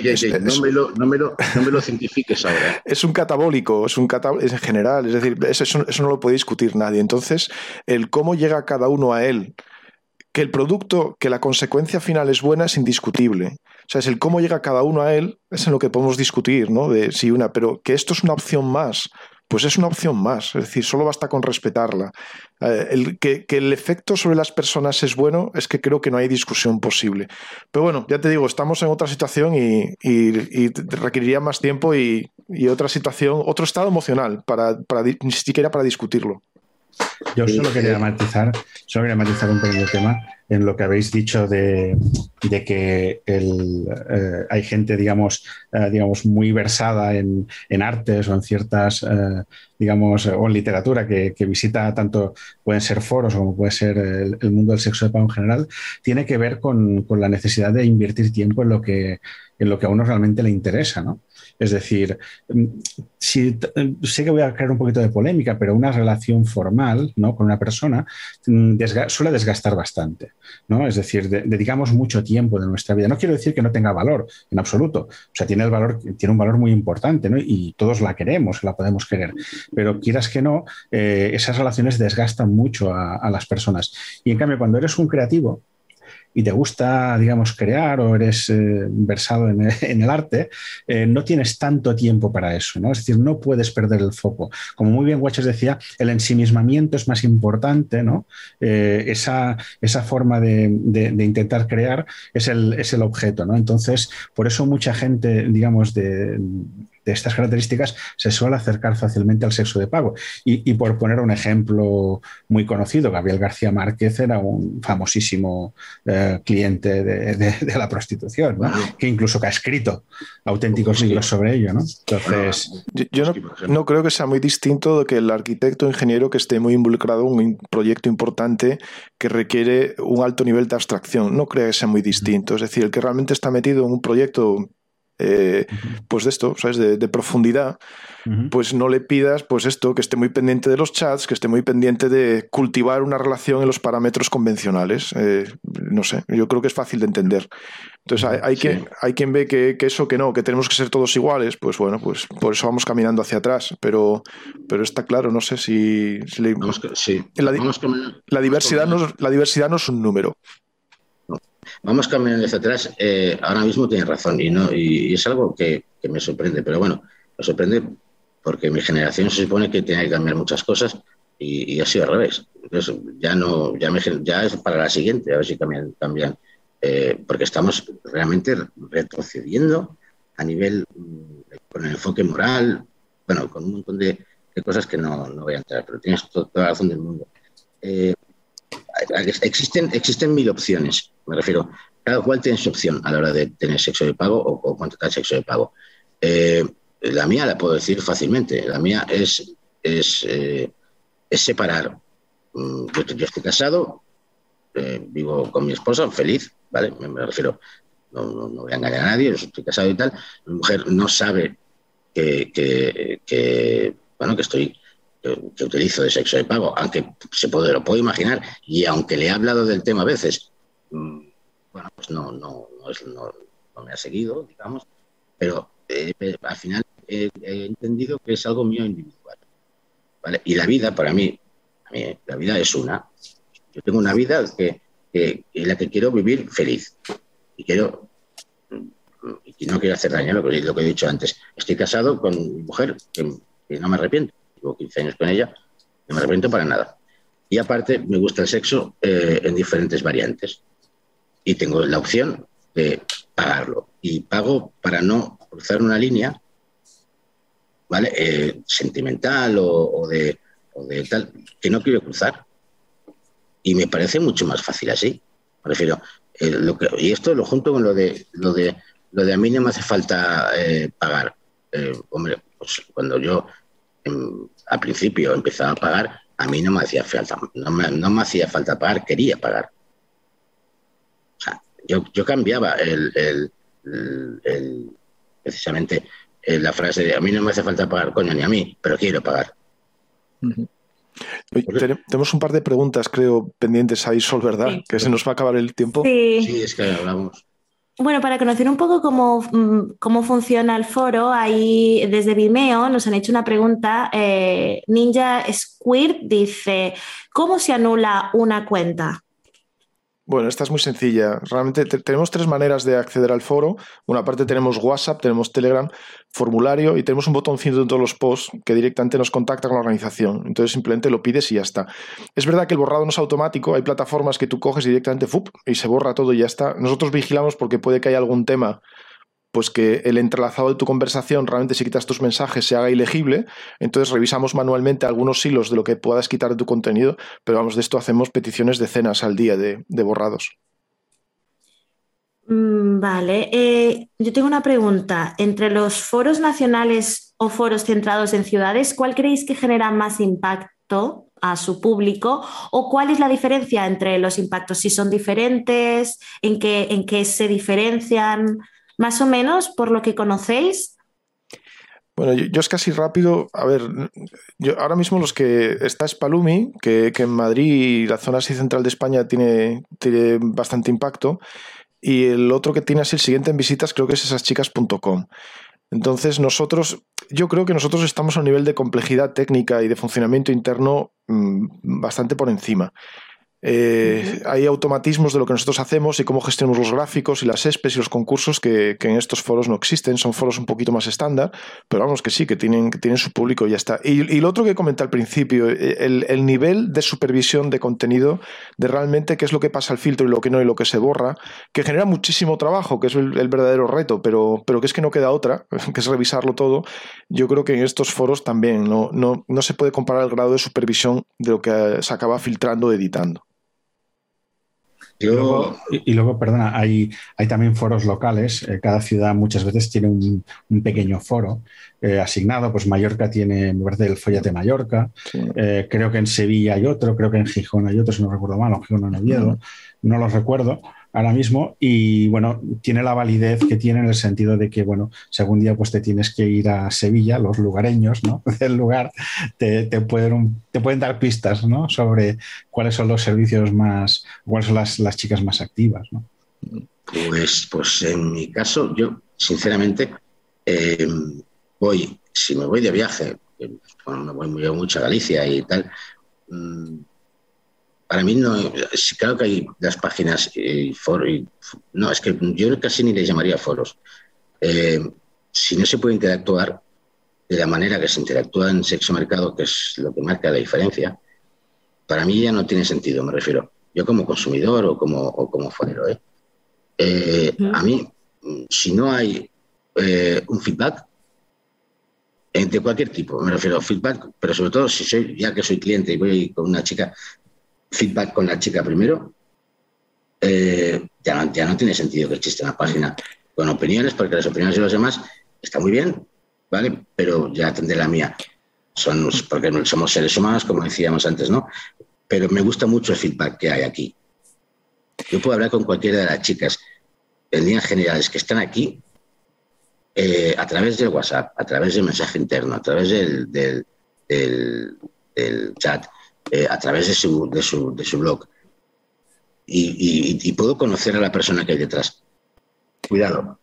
No me lo cientifiques ahora. Es un catabólico, en general, es decir, eso no lo puede discutir nadie. Entonces, el cómo llega cada uno a él, que el producto, que la consecuencia final es buena, es indiscutible. O sea, es el cómo llega cada uno a él, es en lo que podemos discutir, ¿no? Pero que esto es una opción más, pues es una opción más. Es decir, solo basta con respetarla. Que el efecto sobre las personas es bueno, es que creo que no hay discusión posible. Pero bueno, ya te digo, estamos en otra situación y requeriría más tiempo y otra situación, otro estado emocional, ni siquiera para discutirlo. Yo solo quería matizar un pequeño tema en lo que habéis dicho de que hay gente, digamos, muy versada en artes o en ciertas, o en literatura que visita tanto, pueden ser foros como puede ser el mundo del sexo de pago en general, tiene que ver con la necesidad de invertir tiempo en lo que a uno realmente le interesa, ¿no? Es decir, sé que voy a crear un poquito de polémica, pero una relación formal, ¿no?, con una persona suele desgastar bastante, ¿no? Es decir, dedicamos mucho tiempo de nuestra vida. No quiero decir que no tenga valor, en absoluto. O sea, tiene un valor muy importante, ¿no? Y todos la queremos, la podemos querer. Pero quieras que no, esas relaciones desgastan mucho a las personas. Y en cambio, cuando eres un creativo y te gusta, digamos, crear o eres versado en el arte, no tienes tanto tiempo para eso, ¿no? Es decir, no puedes perder el foco. Como muy bien Watchers decía, el ensimismamiento es más importante, ¿no? Esa forma de intentar crear es el objeto, ¿no? Entonces, por eso mucha gente, digamos, de estas características se suele acercar fácilmente al sexo de pago. Y por poner un ejemplo muy conocido, Gabriel García Márquez era un famosísimo cliente de la prostitución, ¿no? Que incluso que ha escrito auténticos libros sobre ello, ¿no? Entonces, yo no creo que sea muy distinto de que el arquitecto o ingeniero que esté muy involucrado en un proyecto importante que requiere un alto nivel de abstracción. No creo que sea muy distinto. Es decir, el que realmente está metido en un proyecto pues de esto, ¿sabes? De profundidad, pues no le pidas pues esto, que esté muy pendiente de los chats, que esté muy pendiente de cultivar una relación en los parámetros convencionales. No sé, yo creo que es fácil de entender. Entonces hay quien ve que eso, que no, que tenemos que ser todos iguales, pues bueno, pues por eso vamos caminando hacia atrás, pero está claro, no sé si la diversidad no es un número. Vamos caminando hacia atrás. Ahora mismo tienes razón y es algo que me sorprende, pero bueno, me sorprende porque mi generación se supone que tiene que cambiar muchas cosas y ha sido al revés. Entonces ya es para la siguiente, a ver si cambian, porque estamos realmente retrocediendo a nivel con el enfoque moral, bueno, con un montón de cosas que no voy a entrar, pero tienes toda la razón del mundo. Existen 1000 opciones, me refiero. Cada cual tiene su opción a la hora de tener sexo de pago o contratar sexo de pago. La mía la puedo decir fácilmente. La mía es separar. Yo estoy casado, vivo con mi esposa, feliz, ¿vale? Me refiero, no voy a engañar a nadie, yo estoy casado y tal. Mi mujer no sabe que utilizo de sexo de pago, aunque lo puedo imaginar, y aunque le he hablado del tema a veces, bueno, pues no me ha seguido, digamos, pero al final he entendido que es algo mío individual, ¿vale? Y la vida, para mí, la vida es una. Yo tengo una vida en la que quiero vivir feliz y no quiero hacer daño, lo que he dicho antes. Estoy casado con mi mujer, que no me arrepiento. Llevo 15 años con ella, no me arrepiento para nada. Y aparte, me gusta el sexo en diferentes variantes. Y tengo la opción de pagarlo. Y pago para no cruzar una línea, ¿vale? Sentimental o de tal, que no quiero cruzar. Y me parece mucho más fácil así. Me refiero, y esto lo junto con lo de a mí no me hace falta pagar. Hombre, pues cuando yo al principio empezaba a pagar, a mí no me hacía falta pagar, quería pagar. O sea, yo cambiaba precisamente la frase de a mí no me hace falta pagar, coño, ni a mí, pero quiero pagar. Tenemos un par de preguntas, creo, pendientes ahí, Sol, ¿verdad? Sí. Que se nos va a acabar el tiempo. Sí, es que hablamos. Bueno, para conocer un poco cómo funciona el foro, ahí desde Vimeo nos han hecho una pregunta. Ninja Squirt dice, ¿cómo se anula una cuenta? Bueno, esta es muy sencilla. Realmente tenemos 3 maneras de acceder al foro. Una parte tenemos WhatsApp, tenemos Telegram, formulario y tenemos un botoncito en todos los posts que directamente nos contacta con la organización. Entonces simplemente lo pides y ya está. Es verdad que el borrado no es automático. Hay plataformas que tú coges directamente y se borra todo y ya está. Nosotros vigilamos porque puede que haya algún tema pues que el entrelazado de tu conversación realmente si quitas tus mensajes se haga ilegible, entonces revisamos manualmente algunos hilos de lo que puedas quitar de tu contenido, pero vamos, de esto hacemos peticiones decenas al día de borrados. Vale, yo tengo una pregunta. Entre los foros nacionales o foros centrados en ciudades, ¿cuál creéis que genera más impacto a su público? ¿O cuál es la diferencia entre los impactos? Si son diferentes, en qué se diferencian... Más o menos, por lo que conocéis. Bueno, yo es casi rápido. A ver, yo ahora mismo los que está Spalumi, que en Madrid y la zona así central de España tiene bastante impacto. Y el otro que tiene así el siguiente en visitas creo que es esaschicas.com. Entonces yo creo que nosotros estamos a un nivel de complejidad técnica y de funcionamiento interno bastante por encima. Hay automatismos de lo que nosotros hacemos y cómo gestionamos los gráficos y las ESPEs y los concursos que en estos foros no existen, son foros un poquito más estándar, pero vamos que sí, que tienen su público y ya está. Y lo otro que comenté al principio, el nivel de supervisión de contenido, de realmente qué es lo que pasa al filtro y lo que no y lo que se borra, que genera muchísimo trabajo, que es el verdadero reto, pero que es que no queda otra, que es revisarlo todo. Yo creo que en estos foros también no se puede comparar el grado de supervisión de lo que se acaba filtrando o editando. Y luego, perdona, hay también foros locales. Cada ciudad muchas veces tiene un pequeño foro asignado. Pues Mallorca tiene, me parece, el Follate Mallorca. Sí. Creo que en Sevilla hay otro, creo que en Gijón hay otro, si no recuerdo mal, o en Gijón o en Oviedo. No los recuerdo. ahora mismo y bueno, tiene la validez que tiene en el sentido de que, bueno, si algún día pues te tienes que ir a Sevilla, los lugareños, ¿no? del lugar te pueden dar pistas, ¿no? sobre cuáles son los servicios más, cuáles son las chicas más activas, ¿no? Pues en mi caso, yo sinceramente si me voy de viaje, me voy mucho a Galicia y tal, para mí no, sí, claro que hay las páginas y foros, no, es que yo casi ni les llamaría foros. Si no se puede interactuar de la manera que se interactúa en Sexo Mercado, que es lo que marca la diferencia, para mí ya no tiene sentido, me refiero. Yo como consumidor o como forero, a mí, si no hay un feedback de cualquier tipo, me refiero a feedback, pero sobre todo ya que soy cliente y voy con una chica, feedback con la chica primero, ya no tiene sentido que exista una página con opiniones, porque las opiniones de los demás están muy bien, ¿vale? Pero ya tendré la mía. Porque somos seres humanos, como decíamos antes, ¿no? Pero me gusta mucho el feedback que hay aquí. Yo puedo hablar con cualquiera de las chicas, en líneas generales, que están aquí, a través del WhatsApp, a través del mensaje interno, a través del chat, a través de su blog. Y puedo conocer a la persona que hay detrás. Cuidado.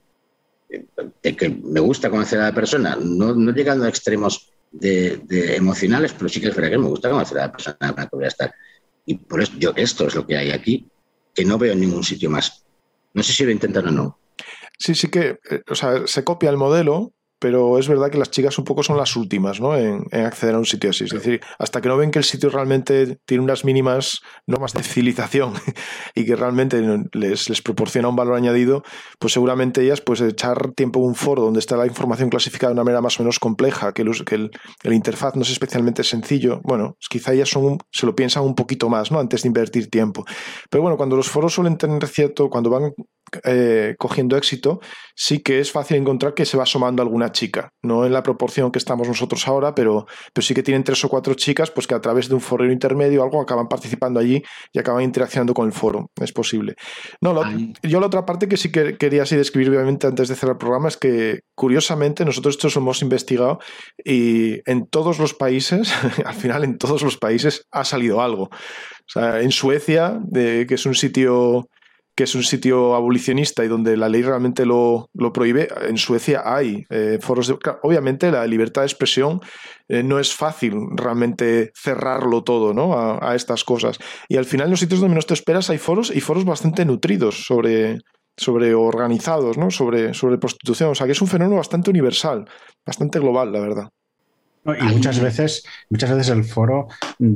De que me gusta conocer a la persona, no llegando a extremos de emocionales, pero sí que es verdad que me gusta conocer a la persona con la que voy a estar. Y por eso esto es lo que hay aquí, que no veo en ningún sitio más. No sé si lo intentan o no. Sí que, se copia el modelo, pero es verdad que las chicas un poco son las últimas, ¿no? en acceder a un sitio así. Es decir, hasta que no ven que el sitio realmente tiene unas mínimas normas de civilización y que realmente les proporciona un valor añadido, pues seguramente ellas, pues echar tiempo en un foro donde está la información clasificada de una manera más o menos compleja, que el interfaz no es especialmente sencillo, bueno, quizá ellas se lo piensan un poquito más, ¿no? Antes de invertir tiempo. Pero bueno, cuando los foros suelen tener cuando van cogiendo éxito, sí que es fácil encontrar que se va asomando alguna chica, no en la proporción que estamos nosotros ahora, pero sí que tienen 3 o 4 chicas pues que a través de un foro intermedio o algo acaban participando allí y acaban interaccionando con el foro. Es posible. Yo la otra parte que sí que quería así describir brevemente antes de cerrar el programa es que curiosamente nosotros esto lo hemos investigado y en todos los países, al final en todos los países ha salido algo. O sea, en Suecia, que es un sitio abolicionista y donde la ley realmente lo prohíbe, en Suecia hay foros obviamente la libertad de expresión no es fácil realmente cerrarlo todo, ¿no? a estas cosas. Y al final en los sitios donde menos te esperas hay foros y foros bastante nutridos sobre organizados, ¿no? sobre prostitución. O sea que es un fenómeno bastante universal, bastante global, la verdad. Y muchas veces el foro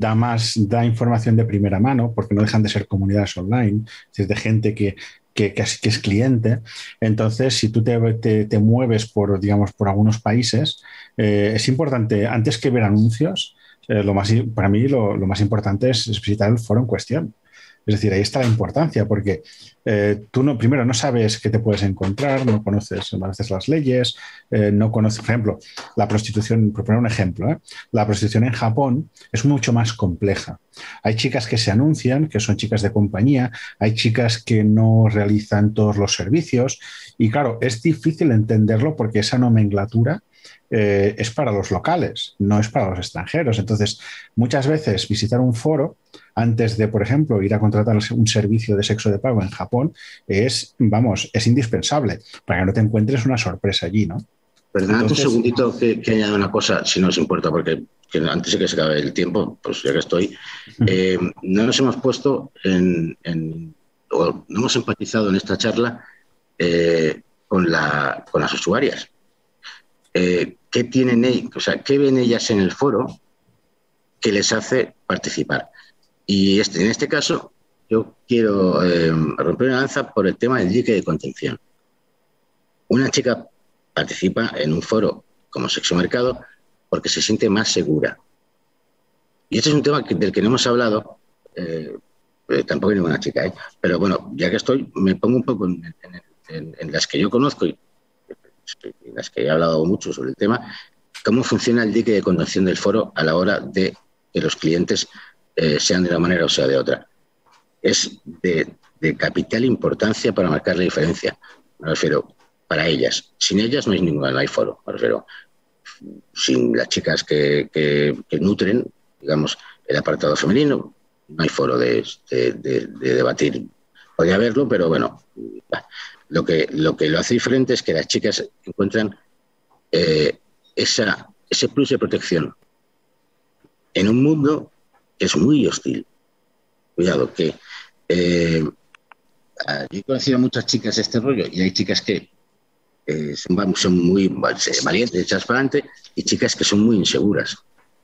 da información de primera mano, porque no dejan de ser comunidades online, es decir, de gente que es cliente. Entonces, si tú te mueves por algunos países, es importante, antes que ver anuncios, para mí lo más importante es visitar el foro en cuestión. Es decir, ahí está la importancia, porque tú primero no sabes qué te puedes encontrar, no conoces a veces las leyes, no conoces, por ejemplo, la prostitución, por poner un ejemplo, la prostitución en Japón es mucho más compleja. Hay chicas que se anuncian, que son chicas de compañía, hay chicas que no realizan todos los servicios y claro, es difícil entenderlo porque esa nomenclatura es para los locales, no es para los extranjeros. Entonces, muchas veces visitar un foro antes de, por ejemplo, ir a contratar un servicio de sexo de pago en Japón es indispensable para que no te encuentres una sorpresa allí, ¿no? Perdónate un segundito que añado una cosa, si no os importa, porque antes de que se acabe el tiempo, pues ya que estoy, no nos hemos puesto no hemos empatizado en esta charla con las usuarias. ¿Qué tienen ellas? O sea, ¿qué ven ellas en el foro que les hace participar? Y en este caso, yo quiero romper una lanza por el tema del dique de contención. Una chica participa en un foro como Sexo Mercado porque se siente más segura. Y este es un tema del que no hemos hablado, tampoco hay ninguna chica, pero bueno, ya que estoy, me pongo un poco en las que yo conozco y en las que he hablado mucho sobre el tema, cómo funciona el dique de contención del foro a la hora de que los clientes sean de una manera o sea de otra. Es de de capital importancia para marcar la diferencia. Me refiero, para ellas. Sin ellas no hay foro. Me refiero, sin las chicas que nutren, digamos, el apartado femenino, no hay foro de debatir. Podría haberlo, pero bueno, lo que lo hace diferente es que las chicas encuentran ese plus de protección en un mundo que es muy hostil. Cuidado, que yo he conocido a muchas chicas de este rollo y hay chicas que son muy valientes, echadas para adelante, y chicas que son muy inseguras.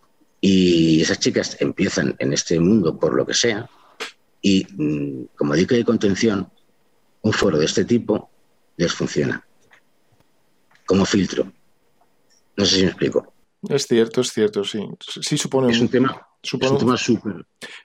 Y esas chicas empiezan en este mundo por lo que sea y como dique de contención, un foro de este tipo les funciona como filtro. No sé si me explico. Es cierto, sí. Sí supone es un tema súper...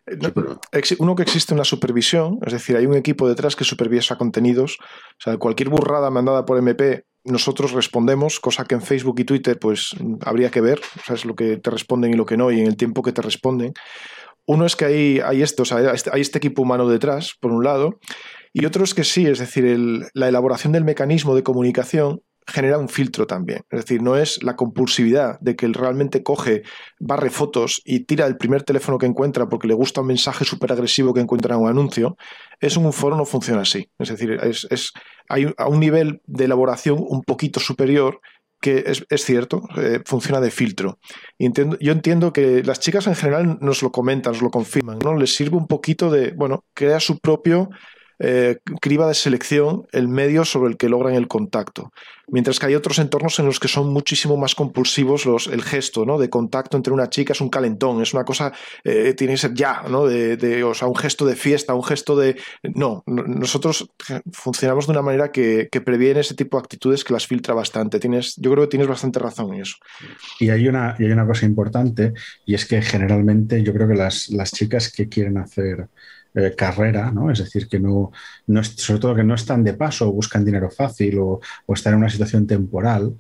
Uno que existe una supervisión, es decir, hay un equipo detrás que supervisa contenidos. O sea, cualquier burrada mandada por MP, nosotros respondemos, cosa que en Facebook y Twitter pues habría que ver, o sea, es lo que te responden y lo que no, y en el tiempo que te responden. Uno es que hay este equipo humano detrás, por un lado, y otro es que sí, es decir, la elaboración del mecanismo de comunicación genera un filtro también. Es decir, no es la compulsividad de que él realmente coge, barre fotos y tira el primer teléfono que encuentra porque le gusta un mensaje súper agresivo que encuentra en un anuncio. Eso en un foro no funciona así. Es decir, hay a un nivel de elaboración un poquito superior que es cierto, funciona de filtro. Yo entiendo que las chicas en general nos lo comentan, nos lo confirman, ¿no? Les sirve un poquito de, bueno, crea su propio criba de selección el medio sobre el que logran el contacto. Mientras que hay otros entornos en los que son muchísimo más compulsivos el gesto, ¿no? De contacto entre una chica es un calentón, es una cosa, tiene que ser ya, ¿no? O sea, un gesto de fiesta, un gesto de... No, nosotros funcionamos de una manera que previene ese tipo de actitudes, que las filtra bastante. Yo creo que tienes bastante razón en eso. Y hay una cosa importante, y es que generalmente yo creo que las chicas que quieren hacer carrera, ¿no? Es decir, que no sobre todo que no están de paso, buscan dinero fácil o están en una situación temporal,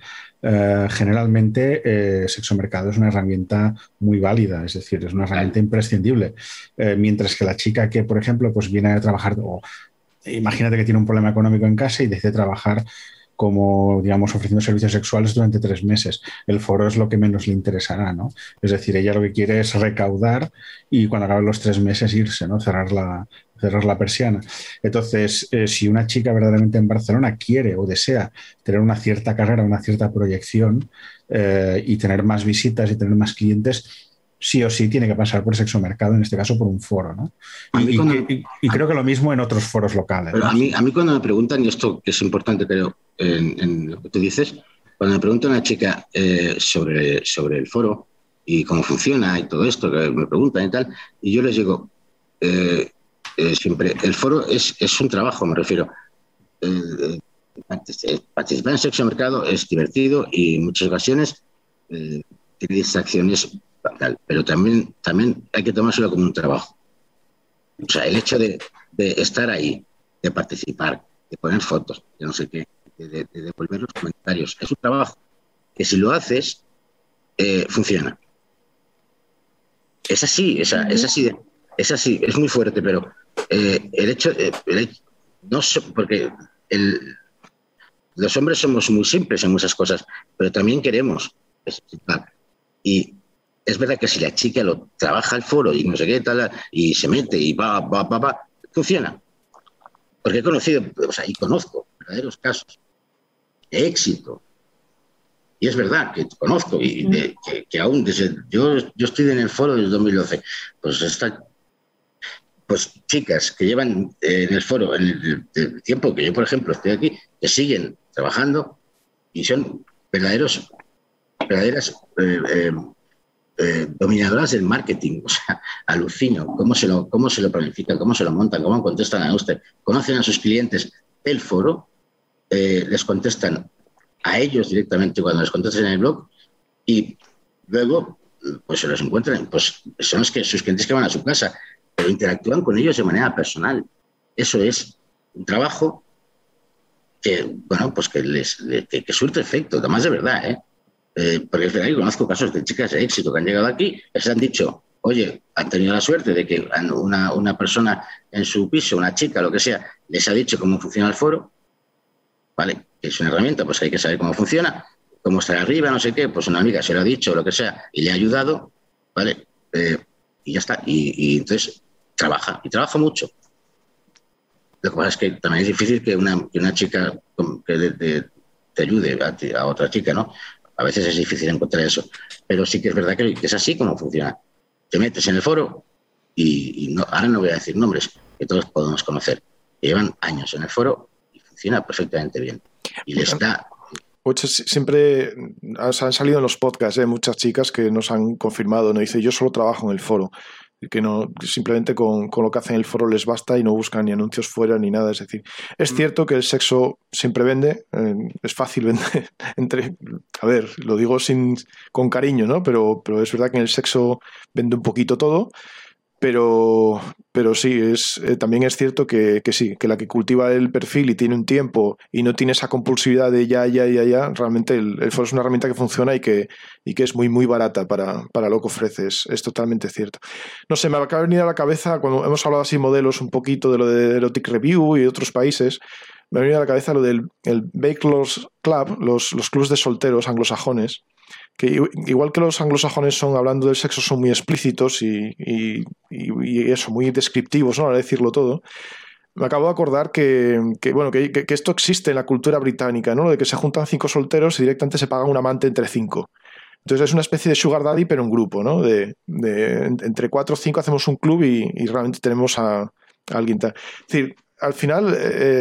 generalmente sexomercado es una herramienta muy válida, es decir, es una herramienta imprescindible. Mientras que la chica que, por ejemplo, pues viene a trabajar, o imagínate que tiene un problema económico en casa y decide trabajar como, digamos, ofreciendo servicios sexuales durante 3 meses. El foro es lo que menos le interesará, ¿no? Es decir, ella lo que quiere es recaudar y cuando acaben los 3 meses irse, ¿no? Cerrar la persiana. Entonces, si una chica verdaderamente en Barcelona quiere o desea tener una cierta carrera, una cierta proyección y tener más visitas y tener más clientes, sí o sí tiene que pasar por sexomercado, en este caso por un foro, ¿no? Y creo que lo mismo en otros foros locales. Pero ¿no? a mí cuando me preguntan, y esto que es importante creo en lo que tú dices, cuando me pregunta una chica sobre el foro y cómo funciona y todo esto, que me preguntan y tal, y yo les digo, siempre, el foro es un trabajo, me refiero. Participar en sexomercado es divertido y en muchas ocasiones tiene distracciones, pero también hay que tomárselo como un trabajo. O sea, el hecho de estar ahí, de participar, de poner fotos, de no sé qué, de devolver los comentarios, es un trabajo que si lo haces, funciona. Es así, es muy fuerte, pero el hecho, no sé, porque los hombres somos muy simples en muchas cosas, pero también queremos participar. Y es verdad que si la chica lo trabaja el foro y no sé qué tal, y se mete y va, funciona. Porque he conocido, o sea, y conozco verdaderos casos de éxito. Y es verdad que conozco y que aún desde yo estoy en el foro desde 2012. Pues chicas que llevan en el foro el tiempo que yo, por ejemplo, estoy aquí, que siguen trabajando y son verdaderas dominadoras del marketing. O sea, alucino cómo se lo planifican, cómo se lo montan, cómo contestan a usted. Conocen a sus clientes del foro, les contestan a ellos directamente cuando les contestan en el blog y luego pues se los encuentran, pues son sus clientes que van a su casa, pero interactúan con ellos de manera personal. Eso es un trabajo que, bueno, pues que surte efecto, además de verdad, porque es verdad que conozco casos de chicas de éxito que han llegado aquí, les han dicho, oye, han tenido la suerte de que una persona en su piso, una chica, lo que sea, les ha dicho cómo funciona el foro, ¿vale? Es una herramienta, pues hay que saber cómo funciona, cómo estar arriba, no sé qué, pues una amiga se lo ha dicho, lo que sea, y le ha ayudado, ¿vale? Y ya está. Y entonces trabaja mucho. Lo que pasa es que también es difícil que una chica que te ayude a otra chica, ¿no? A veces es difícil encontrar eso. Pero sí que es verdad que es así como funciona. Te metes en el foro y no, ahora no voy a decir nombres, que todos podemos conocer. Que llevan años en el foro y funciona perfectamente bien. Y les da... Siempre han salido en los podcasts muchas chicas que nos han confirmado, ¿no? Dice, yo solo trabajo en el foro. Que no, simplemente con lo que hacen en el foro les basta y no buscan ni anuncios fuera ni nada. Es decir, es cierto que el sexo siempre vende, es fácil vender. A ver, lo digo con cariño, ¿no? Pero es verdad que en el sexo vende un poquito todo. Pero sí, también es cierto que sí, que la que cultiva el perfil y tiene un tiempo y no tiene esa compulsividad de ya, realmente el foro es una herramienta que funciona y que es muy, muy barata para lo que ofrece, es totalmente cierto. No sé, me acaba de venir a la cabeza, cuando hemos hablado así modelos un poquito de lo de Erotic Review y de otros países, me ha venido a la cabeza lo del Bachelor's Club, los clubs de solteros anglosajones, que igual que los anglosajones son, hablando del sexo, son muy explícitos y eso, muy descriptivos, ¿no? Al decirlo todo. Me acabo de acordar que esto existe en la cultura británica, ¿no? Lo de que se juntan 5 solteros y directamente se pagan un amante entre 5. Entonces es una especie de sugar daddy, pero en grupo, ¿no? Entre 4 o 5 hacemos un club y realmente tenemos a alguien tal. Es decir, al final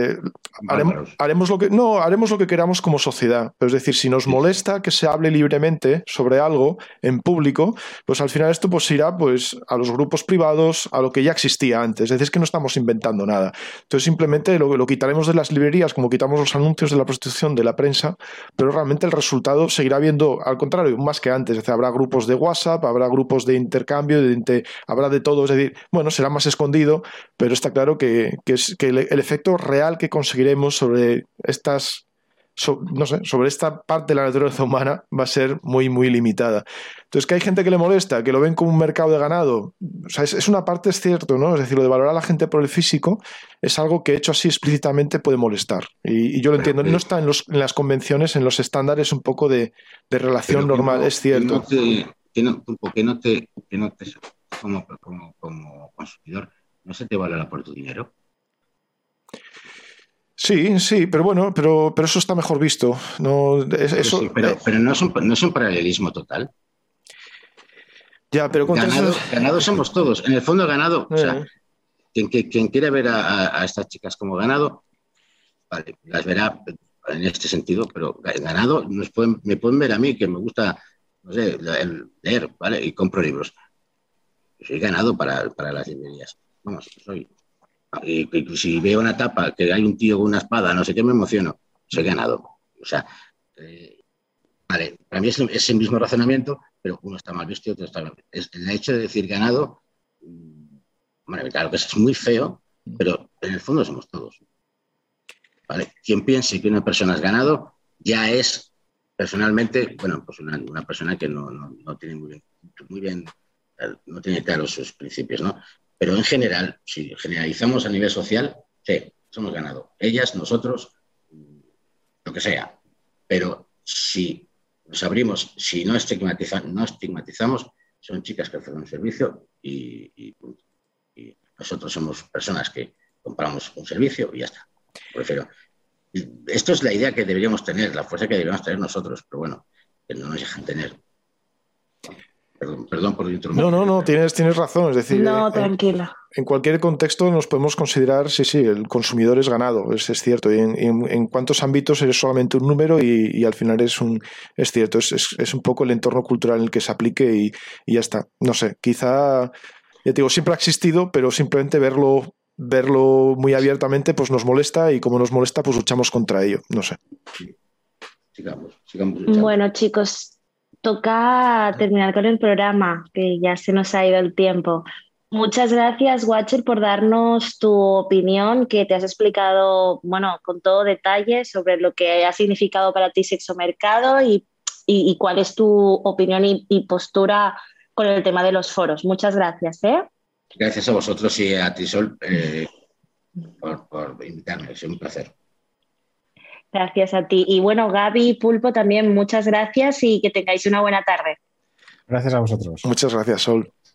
haremos lo que queramos como sociedad. Pero es decir, si nos molesta que se hable libremente sobre algo en público, pues al final esto pues irá pues a los grupos privados, a lo que ya existía antes. Es decir, es que no estamos inventando nada. Entonces simplemente lo quitaremos de las librerías, como quitamos los anuncios de la prostitución de la prensa, pero realmente el resultado seguirá viendo, al contrario, más que antes. Es decir, habrá grupos de WhatsApp, habrá grupos de intercambio, habrá de todo. Es decir, bueno, será más escondido, pero está claro que el efecto real que conseguiremos sobre sobre esta parte de la naturaleza humana va a ser muy, muy limitada. Entonces, que hay gente que le molesta, que lo ven como un mercado de ganado, o sea, es una parte, es cierto, ¿no? Es decir, lo de valorar a la gente por el físico es algo que hecho así explícitamente puede molestar. Y yo lo entiendo, no está en las convenciones, en los estándares un poco de relación normal, es cierto. Que no te como consumidor, no se te valora por tu dinero. Sí, pero bueno, pero eso está mejor visto. No, eso, sí, pero no es un paralelismo total. Ya, pero ganado somos todos. En el fondo, ganado, o sea, quien quiera ver a estas chicas como ganado, vale, las verá en este sentido, pero ganado me pueden ver a mí, que me gusta, no sé, leer, ¿vale? Y compro libros. Soy ganado para las librerías. Vamos, soy... Y si veo una tapa que hay un tío con una espada, no sé qué, me emociono. Soy ganado. O sea, vale, para mí es el mismo razonamiento, pero uno está mal visto y otro está mal visto. El hecho de decir ganado, bueno, claro que es muy feo, pero en el fondo somos todos. ¿Vale? Quien piense que una persona es ganado ya es personalmente, bueno, pues una persona que no tiene muy bien, no tiene claros sus principios, ¿no? Pero en general, si generalizamos a nivel social, sí, somos ganado. Ellas, nosotros, lo que sea. Pero si nos abrimos, si no estigmatizamos, son chicas que ofrecen un servicio y nosotros somos personas que compramos un servicio y ya está. Prefiero. Esto es la idea que deberíamos tener, la fuerza que deberíamos tener nosotros, pero bueno, que no nos dejan tener. Perdón por interrumpir. No, tienes razón. Es decir, no, tranquila. En cualquier contexto nos podemos considerar, sí, el consumidor es ganado, es cierto. Y en cuántos ámbitos eres solamente un número y al final es cierto, es un poco el entorno cultural en el que se aplique y ya está. No sé, quizá, ya te digo, siempre ha existido, pero simplemente verlo muy abiertamente pues nos molesta y como nos molesta pues luchamos contra ello. No sé. Sigamos luchando. Bueno, chicos, toca terminar con el programa, que ya se nos ha ido el tiempo. Muchas gracias, Watcher, por darnos tu opinión, que te has explicado, bueno, con todo detalle sobre lo que ha significado para ti Sexomercado y cuál es tu opinión y postura con el tema de los foros. Muchas gracias, ¿eh? Gracias a vosotros y a ti, Sol, por invitarme. Es un placer. Gracias a ti. Y bueno, Gaby, Pulpo, también muchas gracias y que tengáis una buena tarde. Gracias a vosotros. Muchas gracias, Sol.